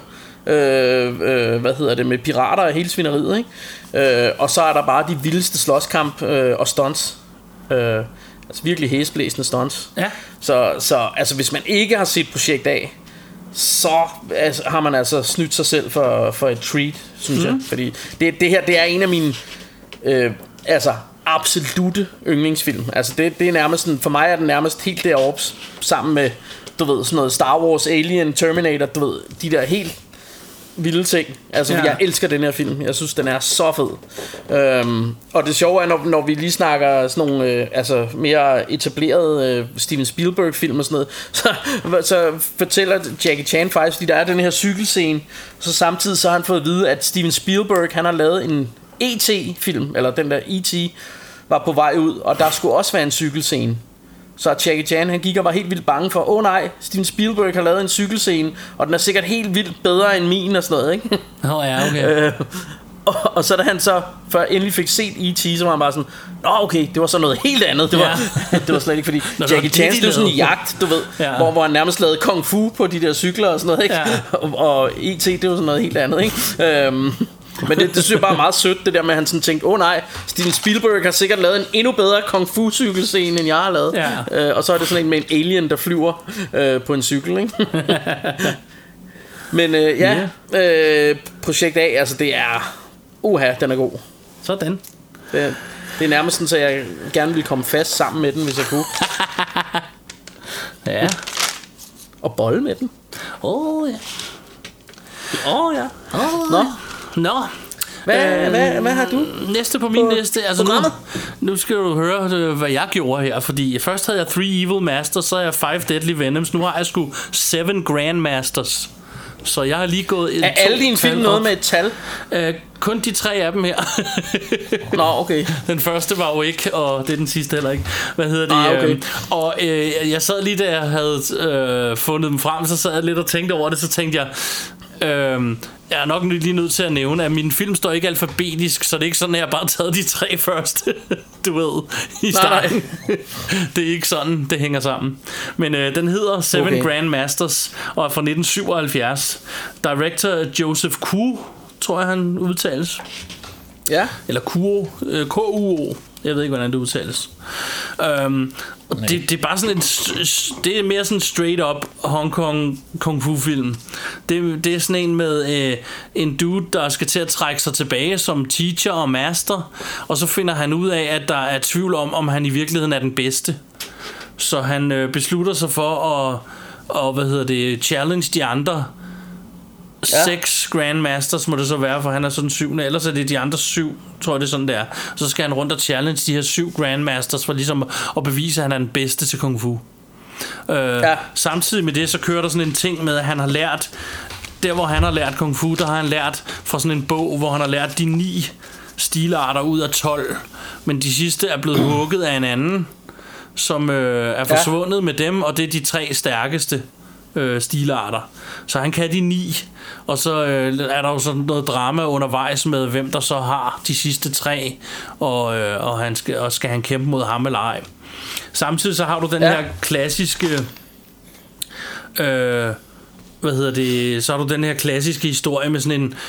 Med pirater og hele svineriet, ikke? Og så er der bare de vildeste slåskamp og stunts. Altså virkelig hæsblæsende stunts. Ja. Så altså hvis man ikke har set Projekt A, så altså, har man altså snydt sig selv for et treat, synes jeg. Fordi det her, det er en af mine altså absolute yndlingsfilm. Altså det er nærmest sådan, for mig er den nærmest helt deroppe sammen med, du ved, sådan noget Star Wars, Alien, Terminator, du ved, de der helt vilde ting. Altså jeg elsker den her film. Jeg synes den er så fed. Og det sjove er, når vi lige snakker sådan nogle altså mere etablerede Steven Spielberg film og sådan noget, så fortæller Jackie Chan faktisk, fordi der er den her cykelscene, så samtidig så har han fået at vide, at Steven Spielberg, han har lavet en E.T. film, eller den der E.T. var på vej ud, og der skulle også være en cykelscene. Så Jackie Chan, han gik og var helt vildt bange for, nej, Steven Spielberg har lavet en cykelscene, og den er sikkert helt vildt bedre end min og sådan noget, ikke? Ja, okay. Og så da han så før endelig fik set E.T., så var han bare sådan, okay, det var så noget helt andet. Det var slet ikke, fordi Jackie Chan det var sådan en jagt, du ved, hvor han nærmest lavede kung fu på de der cykler og sådan noget, ikke? Og E.T., det var sådan noget helt andet, ikke? Men det synes jeg bare er meget sødt, det der med at han sådan tænkte, nej, Steven Spielberg har sikkert lavet en endnu bedre kung fu cykelscene, end jeg har lavet. Og så er det sådan en med en alien, der flyver på en cykel, ikke? Men Projekt A, altså det er den er god. Sådan. Det er nærmest sådan, så jeg gerne ville komme fast sammen med den, hvis jeg kunne. Ja. Og bolle med den. Nå. Hvad har du? Næste på min liste, altså nu skal du høre, hvad jeg gjorde her. Fordi først havde jeg 3 Evil Masters, så havde jeg 5 Deadly Venoms. Nu har jeg sgu 7 Grandmasters. Så jeg har lige gået. Er alle dine film noget med et tal? Kun de 3 af dem her. Nå, okay. Den første var jo ikke, og det er den sidste heller ikke. Hvad hedder det? Okay. Og jeg sad lige, da jeg havde fundet dem frem, så sad jeg lidt og tænkte over det. Så tænkte jeg, jeg er nok lige nødt til at nævne, at min film står ikke alfabetisk, så det er ikke sådan, at jeg bare har taget de 3 første, du ved, i starten. Det er ikke sådan, det hænger sammen. Men den hedder 7 Grandmasters og er fra 1977. Director Joseph Kuo, tror jeg han udtales. Ja. Eller Kuo, K-U-O. Jeg ved ikke, hvordan det udtales. Det er bare sådan det er mere sådan straight up Hong Kong kung fu film. Det er sådan en med en dude, der skal til at trække sig tilbage som teacher og master, og så finder han ud af, at der er tvivl om han i virkeligheden er den bedste. Så han beslutter sig for at challenge de andre 6 Grandmasters må det så være, for han er sådan 7. Ellers er det de andre 7, tror jeg det er sådan der. Så skal han rundt og challenge de her 7 Grandmasters for ligesom at bevise, at han er den bedste til kung fu. Samtidig med det, så kører der sådan en ting med, at han har lært, der hvor han har lært kung fu, der har han lært fra sådan en bog, hvor han har lært de 9 stilarter ud af 12. Men de sidste er blevet hugget af en anden, som er forsvundet med dem, og det er de 3 stærkeste stilarter. Så han kan de 9. Og så er der jo sådan noget drama undervejs med, hvem der så har de sidste 3, og skal han kæmpe mod ham eller ej. Samtidig så har du den her klassiske så har du den her klassiske historie med sådan en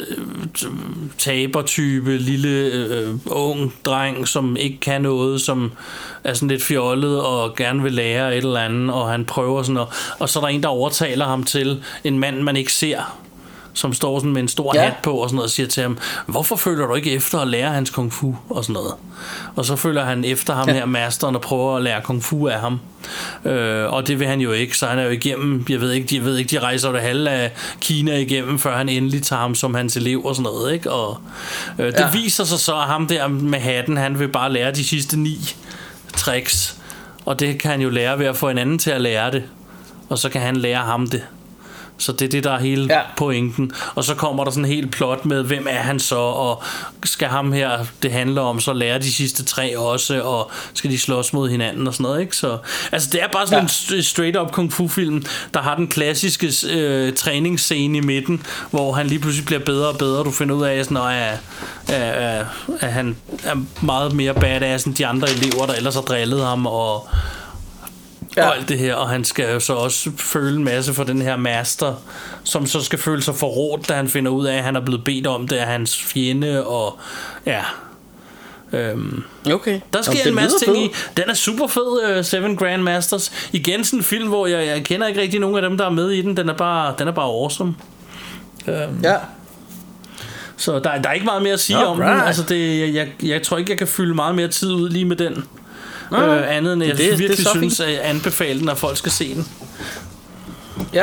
tabertype, lille ung dreng, som ikke kan noget, som er sådan lidt fjollet og gerne vil lære et eller andet, og han prøver sådan og så er der en, der overtaler ham til en mand, man ikke ser, som står sådan med en stor hat på og sådan noget, og siger til ham, hvorfor følger du ikke efter at lære hans kung fu og sådan noget. Og så følger han efter ham her, masteren, og prøver at lære kung fu af ham. Og det vil han jo ikke, så han er jo igennem, jeg ved ikke, de rejser det halve af Kina igennem, før han endelig tager ham som hans elev og sådan noget, ikke? Og det viser sig så, at ham der med hatten, han vil bare lære de sidste 9 tricks, og det kan han jo lære ved at få en anden til at lære det, og så kan han lære ham det. Så det er det, der er hele pointen. Og så kommer der sådan en helt plot med, hvem er han så, og skal ham her, det handler om, så lære de sidste 3 også, og skal de slås mod hinanden og sådan noget, ikke? Så, altså det er bare sådan en straight-up kung fu-film, der har den klassiske træningsscene i midten, hvor han lige pludselig bliver bedre og bedre. Du finder ud af, sådan, at han er meget mere badass end de andre elever, der ellers har drillet ham, og alt det her, og han skal jo så også føle en masse for den her master, som så skal føle sig forrådt, da han finder ud af, at han er blevet bedt om det af hans fjende, og okay. Der sker en masse ting i. Den er super fed, Seven Grandmasters. Igen sådan en film, hvor jeg kender ikke rigtig nogen af dem, der er med i den. Den er bare awesome. Så der er ikke meget mere at sige om den. Altså jeg tror ikke, jeg kan fylde meget mere tid ud lige med den. Andet end jeg virkelig synes, at jeg anbefaler den, at folk skal se den. Ja.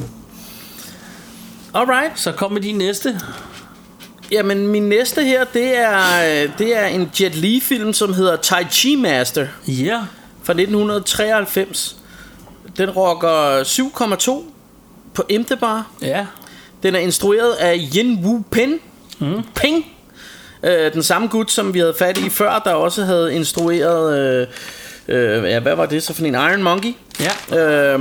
Alright. Så kom med din næste. Jamen min næste her, det er en Jet Li film, som hedder Tai Chi Master. Ja. Fra 1993. Den rocker 7,2 på IMDb. Ja. Den er instrueret af Yin Wu Ping. Den samme gut, som vi havde fat i før, der også havde instrueret hvad var det så for en? Iron Monkey. Ja.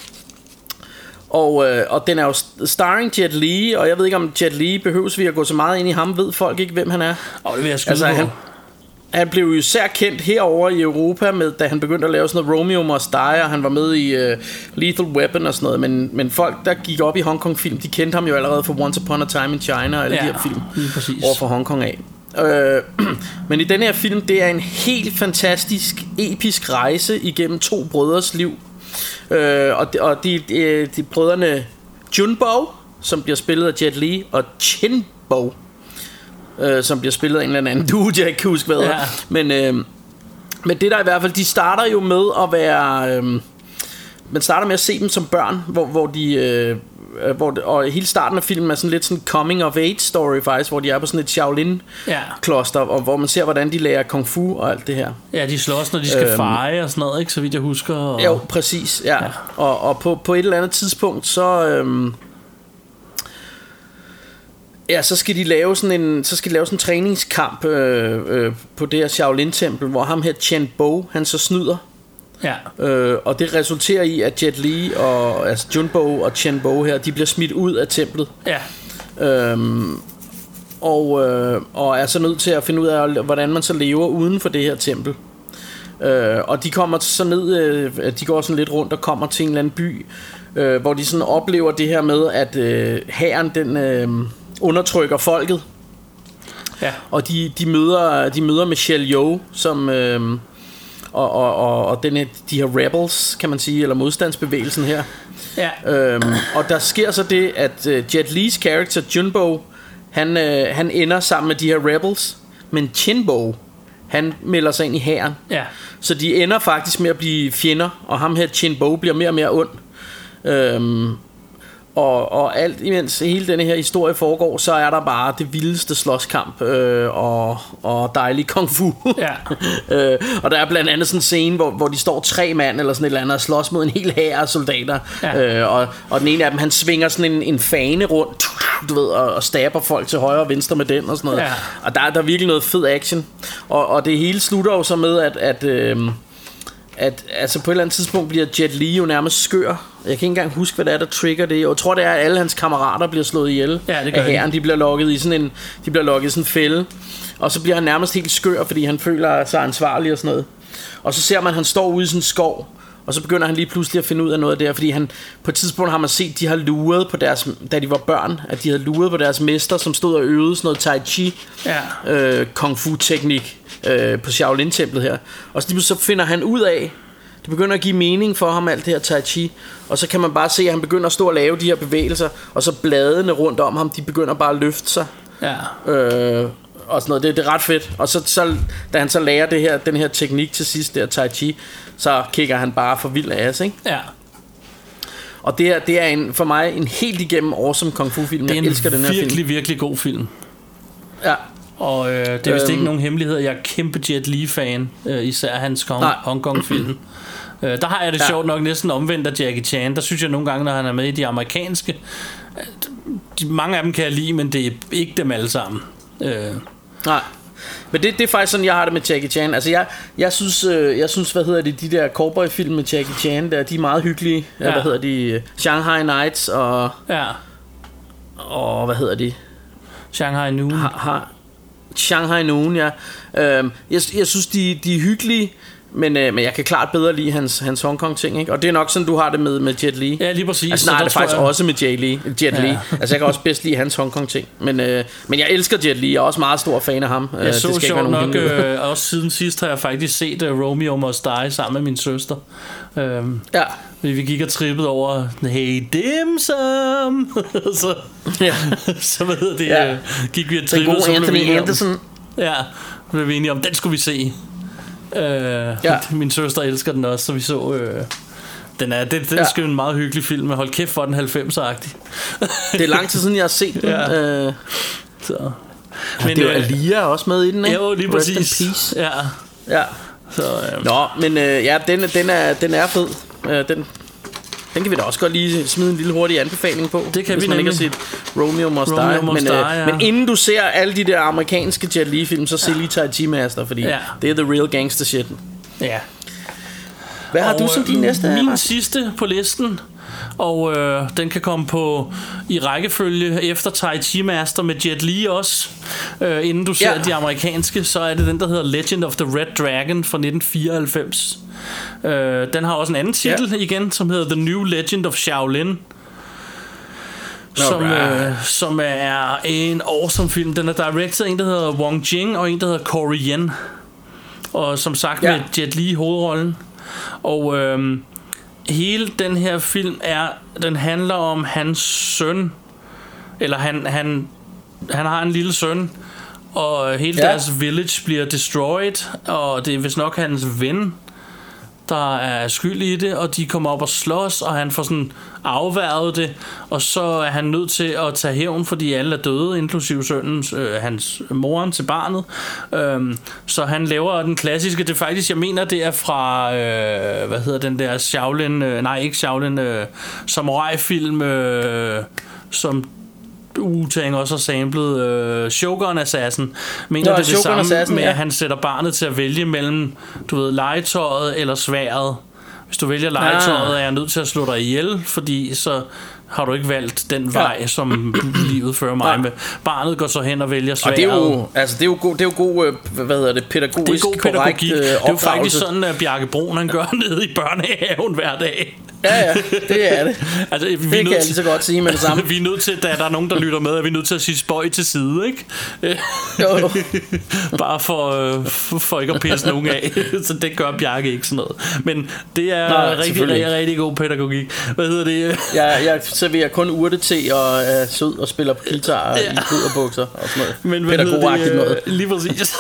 Og den er jo starring Jet Li, og jeg ved ikke om Jet Li behøves vi at gå så meget ind i ham. Ved folk ikke, hvem han er? Det vil jeg skyde på. Han blev jo især kendt herover i Europa med, da han begyndte at lave sådan noget Romeo Must Die, og han var med i Lethal Weapon og sådan noget. Men folk, der gik op i Hong Kong film, de kendte ham jo allerede for Once Upon a Time in China og alle de her film over for Hong Kong af. Men i den her film, det er en helt fantastisk, episk rejse igennem 2 brødres liv. Og de brødrene Junbo, som bliver spillet af Jet Li, og Chinbo, som bliver spillet af en eller anden dude, jeg ikke kan huske hvad. Men det der i hvert fald, de starter jo med at være man starter med at se dem som børn, og hele starten af filmen er sådan lidt sådan coming of age story faktisk, hvor de er på sådan et Shaolin kloster, og hvor man ser hvordan de lærer kung fu og alt det her. Ja, de slås når de skal feje og sådan noget, ikke, så vidt jeg husker. Og... Jo, præcis. Ja. Og på et eller andet tidspunkt så skal de lave sådan en træningskamp på det her Shaolin tempel, hvor ham her Chen Bo, han så snyder. Ja. Og det resulterer i at Jet Li og altså Junbo og Chen Bo her, de bliver smidt ud af templet. Ja. Og er så nødt til at finde ud af hvordan man så lever uden for det her tempel. Og de kommer så ned, de går sådan lidt rundt og kommer til en eller anden by, hvor de sådan oplever det her med at hæren den undertrykker folket. Ja. Og de møder Michelle Yeoh, som og de her rebels, kan man sige, eller modstandsbevægelsen her. Ja. Og der sker så det at Jet Li's character Junbo, han ender sammen med de her rebels, men Chinbo, han melder sig ind i hæren. Ja. Så de ender faktisk med at blive fjender, og ham her Chinbo bliver mere og mere ond. Og alt imens hele denne her historie foregår, så er der bare det vildeste slåskamp og dejlig kung fu. Ja. Og der er blandt andet sådan en scene, hvor de står 3 mand eller sådan et eller andet og slås mod en hel hær af soldater. Ja. Og den ene af dem, han svinger sådan en fane rundt, du ved, og stabber folk til højre og venstre med den og sådan noget. Ja. Og der er virkelig noget fed action. Og det hele slutter jo så med at altså på et eller andet tidspunkt bliver Jet Li jo nærmest skør. Jeg kan ikke engang huske hvad det er der trigger det. Jeg tror det er at alle hans kammerater bliver slået ihjel af hæren. De bliver lokket i sådan en fælde. Og så bliver han nærmest helt skør, fordi han føler sig ansvarlig og sådan noget. Og så ser man at han står ude i sådan en skov, og så begynder han lige pludselig at finde ud af noget der, fordi han på et tidspunkt har man set de har luret på deres, da de var børn, at de havde luret på deres mester, som stod og øvede sådan noget tai chi kung fu teknik på Shaolin templet her. Og så finder han ud af, det begynder at give mening for ham alt det her tai chi, og så kan man bare se at han begynder at stå og lave de her bevægelser, og så bladene rundt om ham, de begynder bare at løfte sig. Ja. Og sådan noget. Det er ret fedt. Og så da han så lærer den her teknik til sidst der tai chi, så kigger han bare for vild af, ikke? Ja. Og det er for mig en helt igennem awesome kung fu film. Jeg elsker den her film. Det er en virkelig god film. Ja. Og det er vist ikke nogen hemmelighed. Jeg er kæmpe Jet Li fan, især hans Hong Kong film. Der har jeg det sjovt nok næsten omvendt af Jackie Chan. Der synes jeg nogle gange, når han er med i de amerikanske, mange af dem kan jeg lide, men det er ikke dem alle sammen. Nej. Men det er faktisk sådan, jeg har det med Jackie Chan. Altså jeg synes, hvad hedder det, de der cowboy-film med Jackie Chan, de er meget hyggelige. Ja. Hvad hedder de? Shanghai Nights og... Ja. Og hvad hedder de? Shanghai Noon. Shanghai Noon, ja. Jeg synes, de er hyggelige, men jeg kan klart bedre lide hans Hong Kong ting, ikke? Og det er nok sådan, du har det med Jet Li. Ja, lige præcis. Altså, nej, det er faktisk også med Jet Li. Altså, jeg kan også bedst lide hans Hong Kong ting. Men jeg elsker Jet Li. Jeg er også meget stor fan af ham. Jeg så sjovt nok, også siden sidst har jeg faktisk set Romeo Must Die sammen med min søster. Ja. Vi gik og trippede over Hey Dim Sum. Så hvad hedder det? Ja. Gik vi og trippede. Den gode Anthony Anderson. Ja, blev vi enige om, den skulle vi se. Min søster elsker den også, så vi så den er sgu en meget hyggelig film. Hold kæft for den 90'er-agtig. Det er lang tid siden jeg har set den. Så. Men det er jo Alia også med i den, ikke? Jo, lige præcis. Ja. Så, nå, men den er fed. Den kan vi da også godt lige smide en lille hurtig anbefaling på. Det kan hvis vi man ikke har set Romeo Must Die. Men inden du ser alle de der amerikanske Jet Li film, så se lige Tai Master, fordi det er the real gangster shit. Ja. Hvad har du som din næste? Min sidste på listen, og den kan komme på i rækkefølge efter Tai Chi Master med Jet Li også. Inden du ser de amerikanske, så er det den, der hedder Legend of the Red Dragon fra 1994. Den har også en anden titel igen, som hedder The New Legend of Shaolin, som er en awesome film. Den er directed af en, der hedder Wong Jing, og en, der hedder Corey Yen, og som sagt med Jet Li i hovedrollen. Og hele den her film den handler om hans søn, eller han har en lille søn, og hele deres village bliver destroyed, og det er vist nok hans ven, der er skyld i det, og de kommer op og slås, og han får sådan afværget det, og så er han nødt til at tage hævn, fordi alle er døde, inklusive sønnen, hans moren til barnet. Så han laver den klassiske, det er faktisk, jeg mener, det er fra hvad hedder den der Shaolin, samurai-film, som Wu-Tang også har samlet, Shogun Assassin. Mener det samme Assassin, med at han sætter barnet til at vælge mellem, du ved, legetøjet eller sværdet. Hvis du vælger legetøjet, er jeg nødt til at slå dig ihjel, fordi så har du ikke valgt den vej, som livet fører mig med. Barnet går så hen og vælger sværet. Og det er jo god, hvad hedder det, pædagogisk, det er god pædagogik. Det er jo faktisk sådan, at Bjarke Brun han gør nede i børnehaven hver dag. Ja, det er det. Altså, det kan jeg lige så godt sige med det samme. Vi er nødt til, da der er nogen, der lytter med, at vi er nødt til at sige spøj til side, ikke? Jo. Bare for ikke at pisse nogen af. Så det gør Bjarke ikke sådan noget. Men det er rigtig god pædagogik. Hvad hedder det? Jeg serverer kun urtete og er sød og spiller på guitar i puderbukser og sådan noget. Men pædagogagtigt noget. Lige præcis.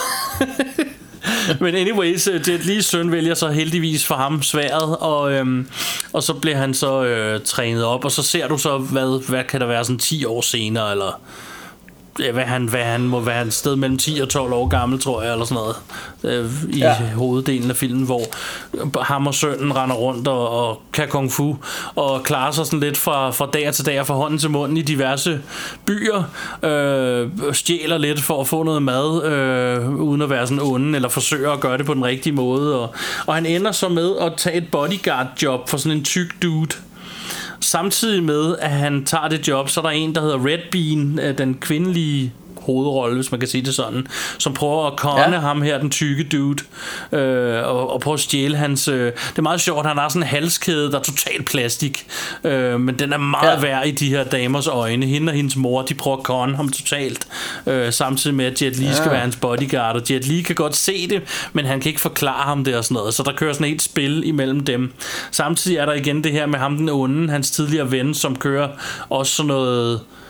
Men anyways, Jet Li's søn vælger så heldigvis for ham sværet, og så bliver han så trænet op, og så ser du så, hvad kan der være sådan 10 år senere, eller hvad han må være et sted mellem 10 og 12 år gammel, tror jeg, eller sådan noget, i hoveddelen af filmen, hvor ham og sønnen render rundt og kan kung fu, og klarer sig sådan lidt fra dag til dag, fra hånden til munden i diverse byer, stjæler lidt for at få noget mad, uden at være sådan onde, eller forsøger at gøre det på den rigtige måde, og han ender så med at tage et bodyguard job for sådan en tyk dude. Samtidig med at han tager det job, så er der en, der hedder Red Bean, den kvindelige hovedrolle, hvis man kan sige det sådan, som prøver at konne ham her, den tykke dude, og prøver at stjæle hans... det er meget sjovt, han har sådan en halskæde, der er totalt plastik, men den er meget værd i de her damers øjne. Hende og hendes mor, de prøver at konne ham totalt, samtidig med at Jet Li skal være hans bodyguard, og Jet Li kan godt se det, men han kan ikke forklare ham det og sådan noget, så der kører sådan et spil imellem dem. Samtidig er der igen det her med ham den onde, hans tidligere ven, som kører også sådan noget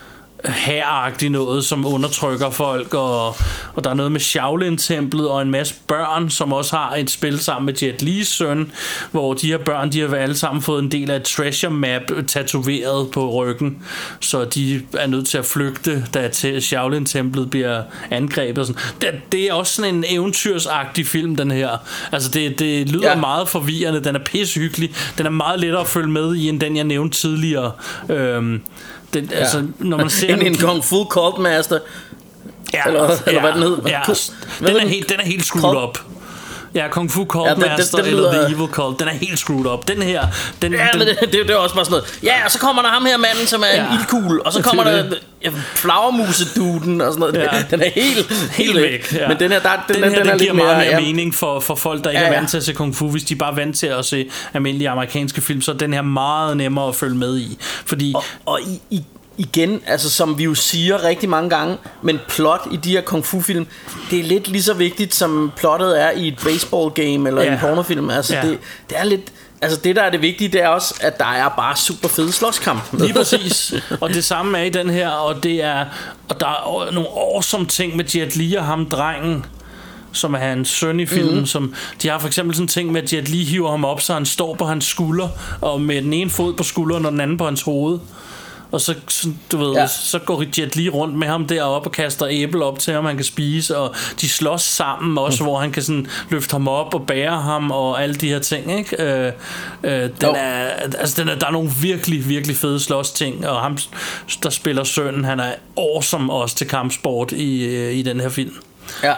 hæragtigt noget, som undertrykker folk, og der er noget med Shaolin-templet og en masse børn, som også har et spil sammen med Jet Lis søn, hvor de her børn, de har alle sammen fået en del af et treasure map tatoveret på ryggen, så de er nødt til at flygte, da Shaolin-templet bliver angrebet og sådan. Det er også sådan en eventyrsagtig film, den her. Altså det lyder meget forvirrende, den er pissehyggelig, den er meget lettere at følge med i, end den jeg nævnte tidligere. Altså, når man ser en Kung Fu Cult Master, eller hvad den hed. Den er helt screwed up. Ja, Kung Fu Cult Master eller The Evil Cult, den er helt screwed up. Den her, det er også bare sådan noget. Ja, og så kommer der ham her manden, som er en ildkugle, og så kommer der flagermuseduden og sådan noget. Ja. Den er helt væk. Ja. Men den her, den er giver meget mere mening for folk, der ikke er vant til at se Kung Fu. Hvis de bare er vant til at se almindelige amerikanske film, så er den her meget nemmere at følge med i. Fordi og igen, altså som vi jo siger rigtig mange gange, men plot i de her kung fu film, det er lidt lige så vigtigt som plottet er i et baseball game eller en pornofilm. Altså det er lidt, altså det der er det vigtige, det er også at der er bare super fede slåskamp. Lige præcis. Og det samme er i den her, og der er nogle awesome ting med Jet Li og ham drengen, som er hans søn i filmen, som de har for eksempel sådan en ting med at Jet Li hiver ham op, så han står på hans skulder, og med den ene fod på skulderen og den anden på hans hoved. Og så, du ved, så går Jet Li rundt med ham deroppe og kaster æble op til ham, han kan spise, og de slås sammen også, hvor han kan sådan løfte ham op og bære ham og alle de her ting, ikke? Der er nogle virkelig, virkelig fede slås ting, og ham, der spiller sønnen, han er awesome også til kampsport i den her film. Ja.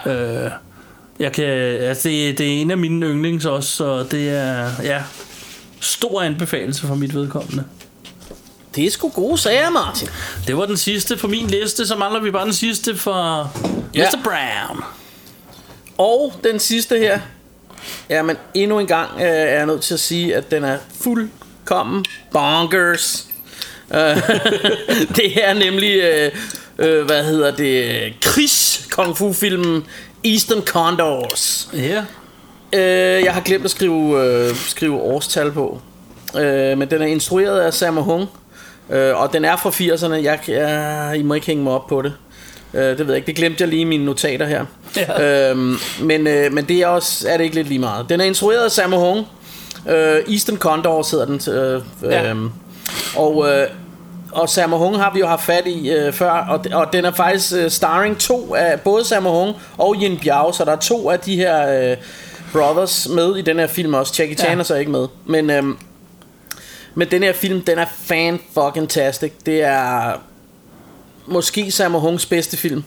Det er en af mine yndlings også, så det er stor anbefalelse for mit vedkommende. Det er sgu gode sager, Martin. Det var den sidste på min liste. Så mangler vi bare den sidste for Mr. Brown. Og den sidste her. Jamen endnu en gang er jeg nødt til at sige, at den er fuldkommen bonkers. Det er nemlig Chris Kung Fu filmen Eastern Condors. Jeg har glemt at skrive årstal på, men den er instrueret af Sammo Hung. Og den er fra 80'erne. I må ikke hænge mig op på det. Det ved jeg ikke. Det glemte jeg lige i mine notater her. Men det er også, er det ikke lidt lige meget. Den er instrueret af Sammo Hung. Eastern Condors hedder den. Og Sammo Hung har vi jo haft fat i før. Og den er faktisk starring 2 af både Sammo Hung og Yin Biao. Så der er 2 af de her brothers med i den her film også. Jackie Chan er så ikke med. Men den her film, den er fan-fucking-tastic. Det er måske Sammo Hungs bedste film.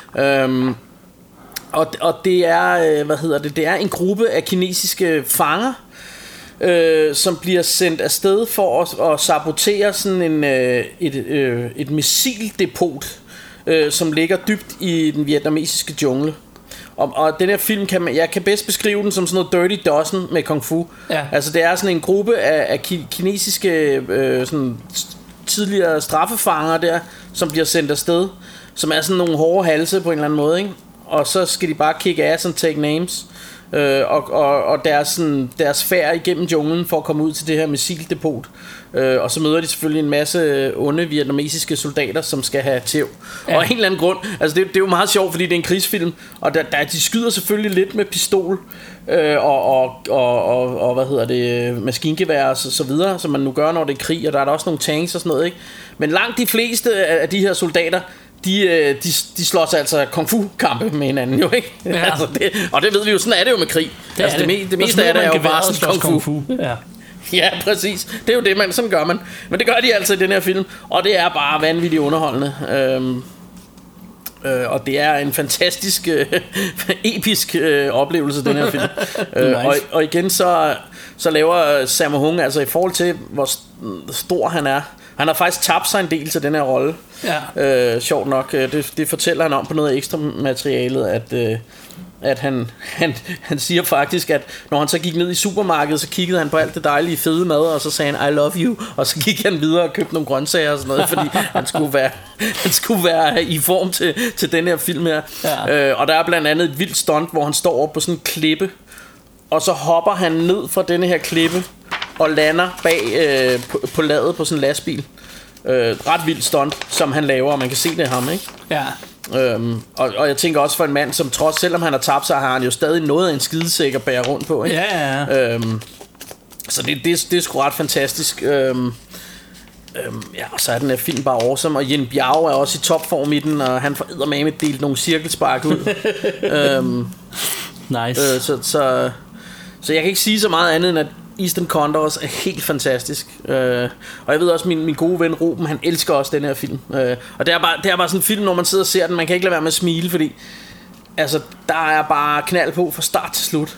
Og det er, det er en gruppe af kinesiske fanger, som bliver sendt afsted for at sabotere sådan et missildepot, som ligger dybt i den vietnamesiske jungle. Og den her film jeg kan bedst beskrive den som sådan noget Dirty Dozen med kung fu. Altså det er sådan en gruppe af kinesiske sådan tidligere straffefanger der, som bliver sendt afsted, som er sådan nogle hårde halse på en eller anden måde, ikke? Og så skal de bare kick ass and take names. Og deres færd igennem junglen for at komme ud til det her missildepot. Og så møder de selvfølgelig en masse onde vietnamesiske soldater, som skal have tæv. Og af en eller anden grund, altså det er jo meget sjovt, fordi det er en krigsfilm, og de skyder selvfølgelig lidt med pistol og maskingevær og så videre, som man nu gør, når det er krig. Og der er der også nogle tanks og sådan noget, ikke? Men langt de fleste af de her soldater, de slås altså kung fu kampe med hinanden, jo, ikke? Altså og det ved vi jo, sådan er det jo med krig. Det meste af det er jo bare sådan kung fu. Ja, præcis. Det er jo det, sådan gør man. Men det gør de altså i den her film, og det er bare vanvittigt underholdende. Og det er en fantastisk episk oplevelse, den her film. Og igen så laver Sammo Hung, altså i forhold til hvor stor han er, han har faktisk tabt sig en del til den her rolle. Sjovt nok. Det fortæller han om på noget af ekstra materialet, at han siger faktisk, at når han så gik ned i supermarkedet, så kiggede han på alt det dejlige fede mad, og så sagde han I love you, og så gik han videre og købte nogle grøntsager og sådan noget, fordi han skulle være i form til den her film her. Og der er blandt andet et vildt stunt, hvor han står op på sådan en klippe, og så hopper han ned fra denne her klippe og lander bag på ladet på sådan en lastbil. ret vildt stunt, som han laver, og man kan se det af ham, ikke? Ja. Og jeg tænker også for en mand, som trods, selvom han har tabt sig, har han jo stadig noget af en skidesæk at bære rundt på, ikke? Ja. Så det er sgu ret fantastisk. Ja, og så er den her film bare awesome. Og Yin Biao er også i topform i den, og han får eddermame delt nogle cirkelspark ud. Nice. Så jeg kan ikke sige så meget andet end at Eastern Condors er helt fantastisk. Og jeg ved også min gode ven Ruben, han elsker også den her film. Og det er bare sådan en film, når man sidder og ser den, man kan ikke lade være med at smile, fordi altså der er bare knald på fra start til slut.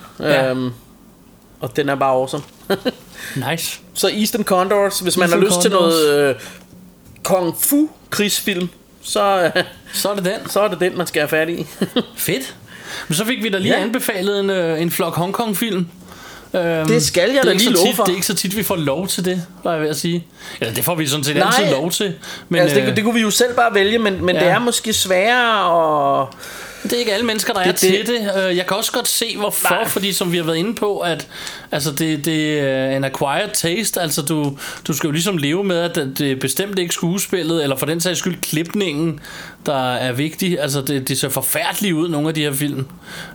Og den er bare awesome. Nice. Så Eastern Condors, hvis man har lyst til noget kung fu krigsfilm, så er det den man skal have fat i. Fedt. Men så fik vi da lige anbefalet en flok Hong Kong film. Det skal jeg da lige love for. Det er ikke så tit vi får lov til det, var jeg ved at sige. Eller det får vi sådan set altid lov til. Men altså, det kunne vi jo selv bare vælge, men det er måske sværere og... Det er ikke alle mennesker, der er til det. Jeg kan også godt se, hvorfor. Fordi som vi har været inde på, at altså det er en acquired taste. Altså du skal jo ligesom leve med, at det er bestemt ikke skuespillet, eller for den sags skyld klipningen, der er vigtig. Altså det ser forfærdeligt ud, nogle af de her film.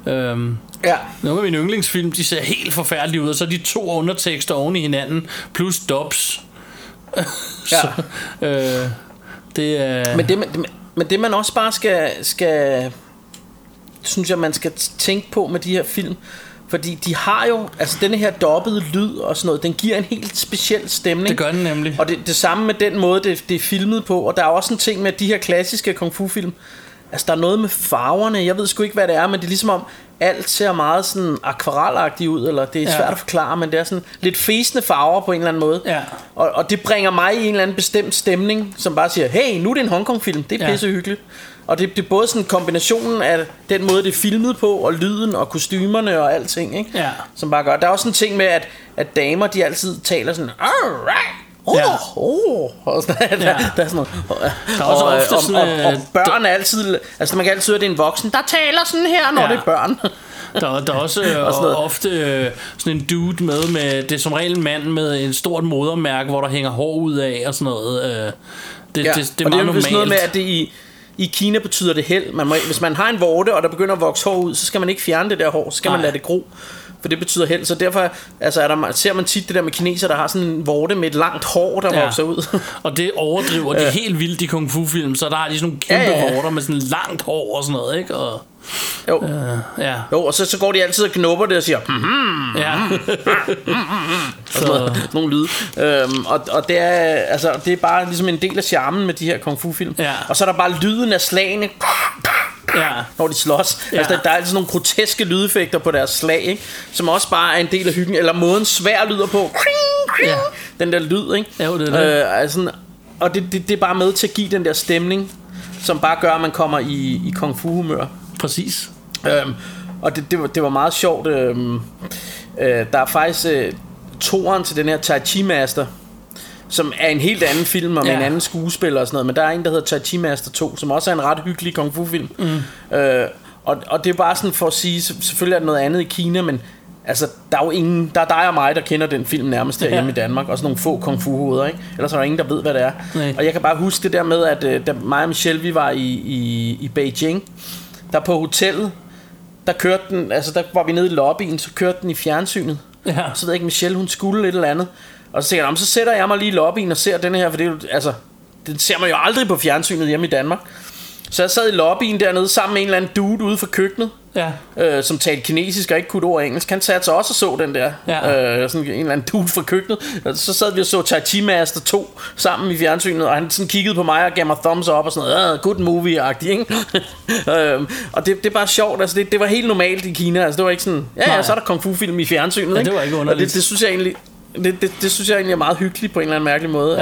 Nogle af mine yndlingsfilm, de ser helt forfærdelige ud. Og så er de 2 undertekster oven i hinanden, plus dubs. Så, det er... Men det man også bare skal synes jeg man skal tænke på med de her film, fordi de har jo, altså denne her dobbede lyd og sådan noget, den giver en helt speciel stemning. Det gør den nemlig. Og det samme med den måde det er filmet på. Og der er også en ting med de her klassiske kung fu film, altså der er noget med farverne. Jeg ved sgu ikke hvad det er, men det er ligesom om alt ser meget sådan akvarelagtigt ud, eller det er svært at forklare, men det er sådan lidt fæsende farver på en eller anden måde. Og det bringer mig i en eller anden bestemt stemning, som bare siger, hey, nu er det en Hongkong film. Det er pisse hyggeligt. Og det er både sådan kombinationen af den måde det er filmet på, og lyden og kostymerne og alting, ikke? Som bare gør. Der er også en ting med at damer, de altid taler sådan, alright. Og sådan, der er sådan noget. Der er også ofte sådan, og børn er altid, altså man kan altid høre, at det er en voksen, der taler sådan her, når det er børn. Der er også ofte sådan en dude med det er som regel en mand med en stort modermærke, hvor der hænger hår ud af og sådan noget. Det er meget normalt. Det er noget med, at det i Kina betyder det held. Hvis man har en vorte, og der begynder at vokse hår ud, så skal man ikke fjerne det der hår, så skal man lade det gro. For det betyder held. Så derfor ser man tit det der med kineser, der har sådan en vorte med et langt hår, der vokser ud. Og det overdriver de helt vildt i kung fu film. Så der har de sådan nogle kæmpe vorter med sådan langt hår og sådan noget, ikke? Og jo, og så går de altid og knupper det og siger og nogle lyde. Og det er bare ligesom en del af charmen med de her kung fu film. Og så er der bare lyden af slagene, når de slås. Altså der er altid nogle groteske lydeffekter på deres slag, ikke? Som også bare er en del af hyggen. Eller måden svær lyder på, den der lyd, ikke? Jo, det er det. Og det er bare med til at give den der stemning, som bare gør at man kommer i kung fu humør. Præcis. Og det var meget sjovt. Der er faktisk toeren til den her Tai Chi Master, som er en helt anden film om en anden skuespiller og sådan noget. Men der er en der hedder Tai Chi Master 2, som også er en ret hyggelig kung fu film. Og det er bare sådan for at sige, selvfølgelig er det noget andet i Kina, men altså der er jo ingen, der er dig og mig der kender den film nærmest herhjemme i Danmark. Også nogle få kung fu hoveder, ikke? Ellers er der ingen der ved hvad det er. Og jeg kan bare huske det der med at da mig og Michelle vi var i Beijing, der på hotellet, der kørte den, altså der var vi nede i lobbyen, så kørte den i fjernsynet. Så ved jeg ikke, Michelle hun skulle et eller andet. Og så tænkte jeg, så sætter jeg mig lige i lobbyen og ser den her, for det er jo, altså, det ser man jo aldrig på fjernsynet hjemme i Danmark. Så jeg sad i lobbyen dernede sammen med en eller anden dude ude for køkkenet, som talte kinesisk og ikke kunne ord engelsk. Han satte sig også og så den der, sådan en eller anden dude fra køkkenet. Og så sad vi og så Tai Chi Master 2 sammen i fjernsynet, og han sådan kiggede på mig og gav mig thumbs up og sådan noget, good movie-agtigt, ikke? Og det er bare sjovt, altså det var helt normalt i Kina, altså det var ikke sådan, så er der kung fu film i fjernsynet, ikke? Det var ikke underligt. Og det synes jeg egentlig, det synes jeg egentlig er meget hyggeligt på en eller anden mærkelig måde,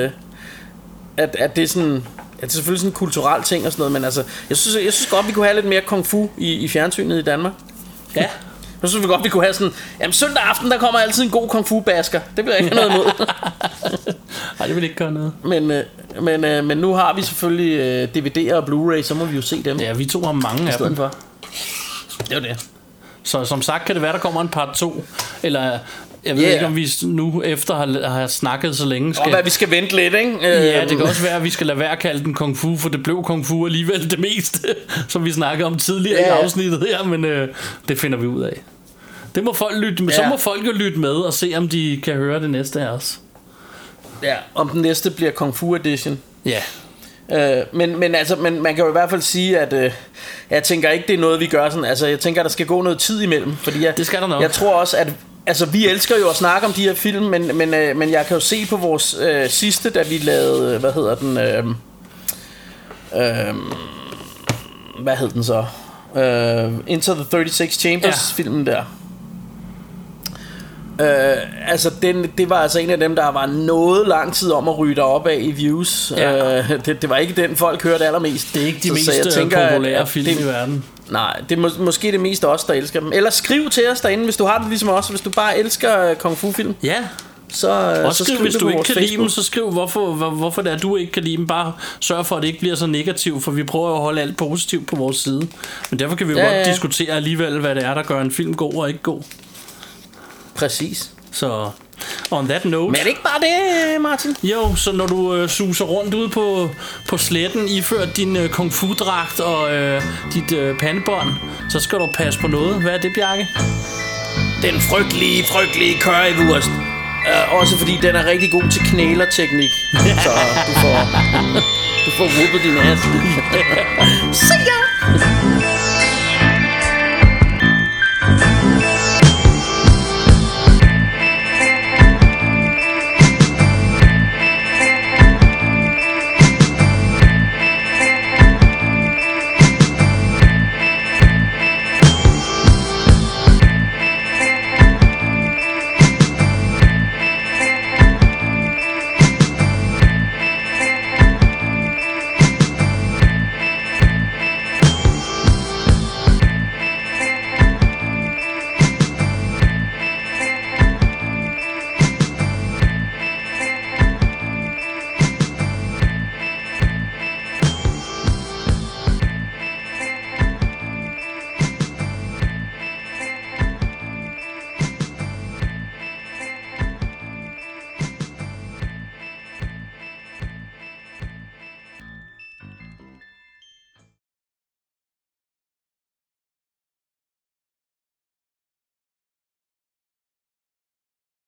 at det er sådan. Ja, det er selvfølgelig sådan en kulturel ting og sådan noget, men altså, jeg synes godt, vi kunne have lidt mere kung fu i fjernsynet i Danmark. Ja. Jeg synes vi godt, vi kunne have sådan, jamen søndag aften, der kommer altid en god kung fu basker. Det vil jeg ikke have noget imod. Nej, det vil ikke gøre noget. Men nu har vi selvfølgelig DVD'er og Blu-ray, så må vi jo se dem. Ja, vi to har mange af dem. For. Det er det. Så som sagt kan det være, der kommer en part 2. Eller Jeg ved ikke, om vi nu efter har snakket så længe skal... Og vi skal vente lidt, ikke? Ja, det kan også være, at vi skal lade være at kalde den kung fu, for det blev kung fu alligevel det meste, som vi snakkede om tidligere i afsnittet her, men det finder vi ud af. Det må folk lytte med. Så må folk jo lytte med og se, om de kan høre det næste af os. Ja, om den næste bliver kung fu edition. Ja. Men man kan jo i hvert fald sige, at jeg tænker ikke, det er noget, vi gør sådan. Altså, jeg tænker, der skal gå noget tid imellem, fordi det skal der nok. Jeg tror også, at altså, vi elsker jo at snakke om de her film, men jeg kan jo se på vores sidste, da vi lavede, hvad hed den så? Into the 36 Chambers filmen der. Altså det var altså en af dem, der var noget lang tid om at ryge op af i views. Det var ikke den folk hørte allermest. Det er ikke de mest populære film i verden. Nej, det er måske det mest os, der elsker dem. Eller skriv til os derinde, hvis du har det ligesom os. Hvis du bare elsker kung fu film. Ja. Så skriv, hvis du ikke kan lide dem, så skriv hvorfor det er, du ikke kan lide dem. Bare sørg for, at det ikke bliver så negativt, for vi prøver at holde alt positivt på vores side. Men derfor kan vi jo godt diskutere alligevel, hvad det er, der gør en film god og ikke god. Præcis. Så on that note. Men er det ikke bare det, Martin? Jo, så når du suser rundt ude på sletten, iført din kung fu dragt og dit pandebånd, så skal du passe på noget. Hvad er det, Bjarke? Den frygtelige currywurst. Også fordi den er rigtig god til knælerteknik. Så du får whoopet din ass. See ya!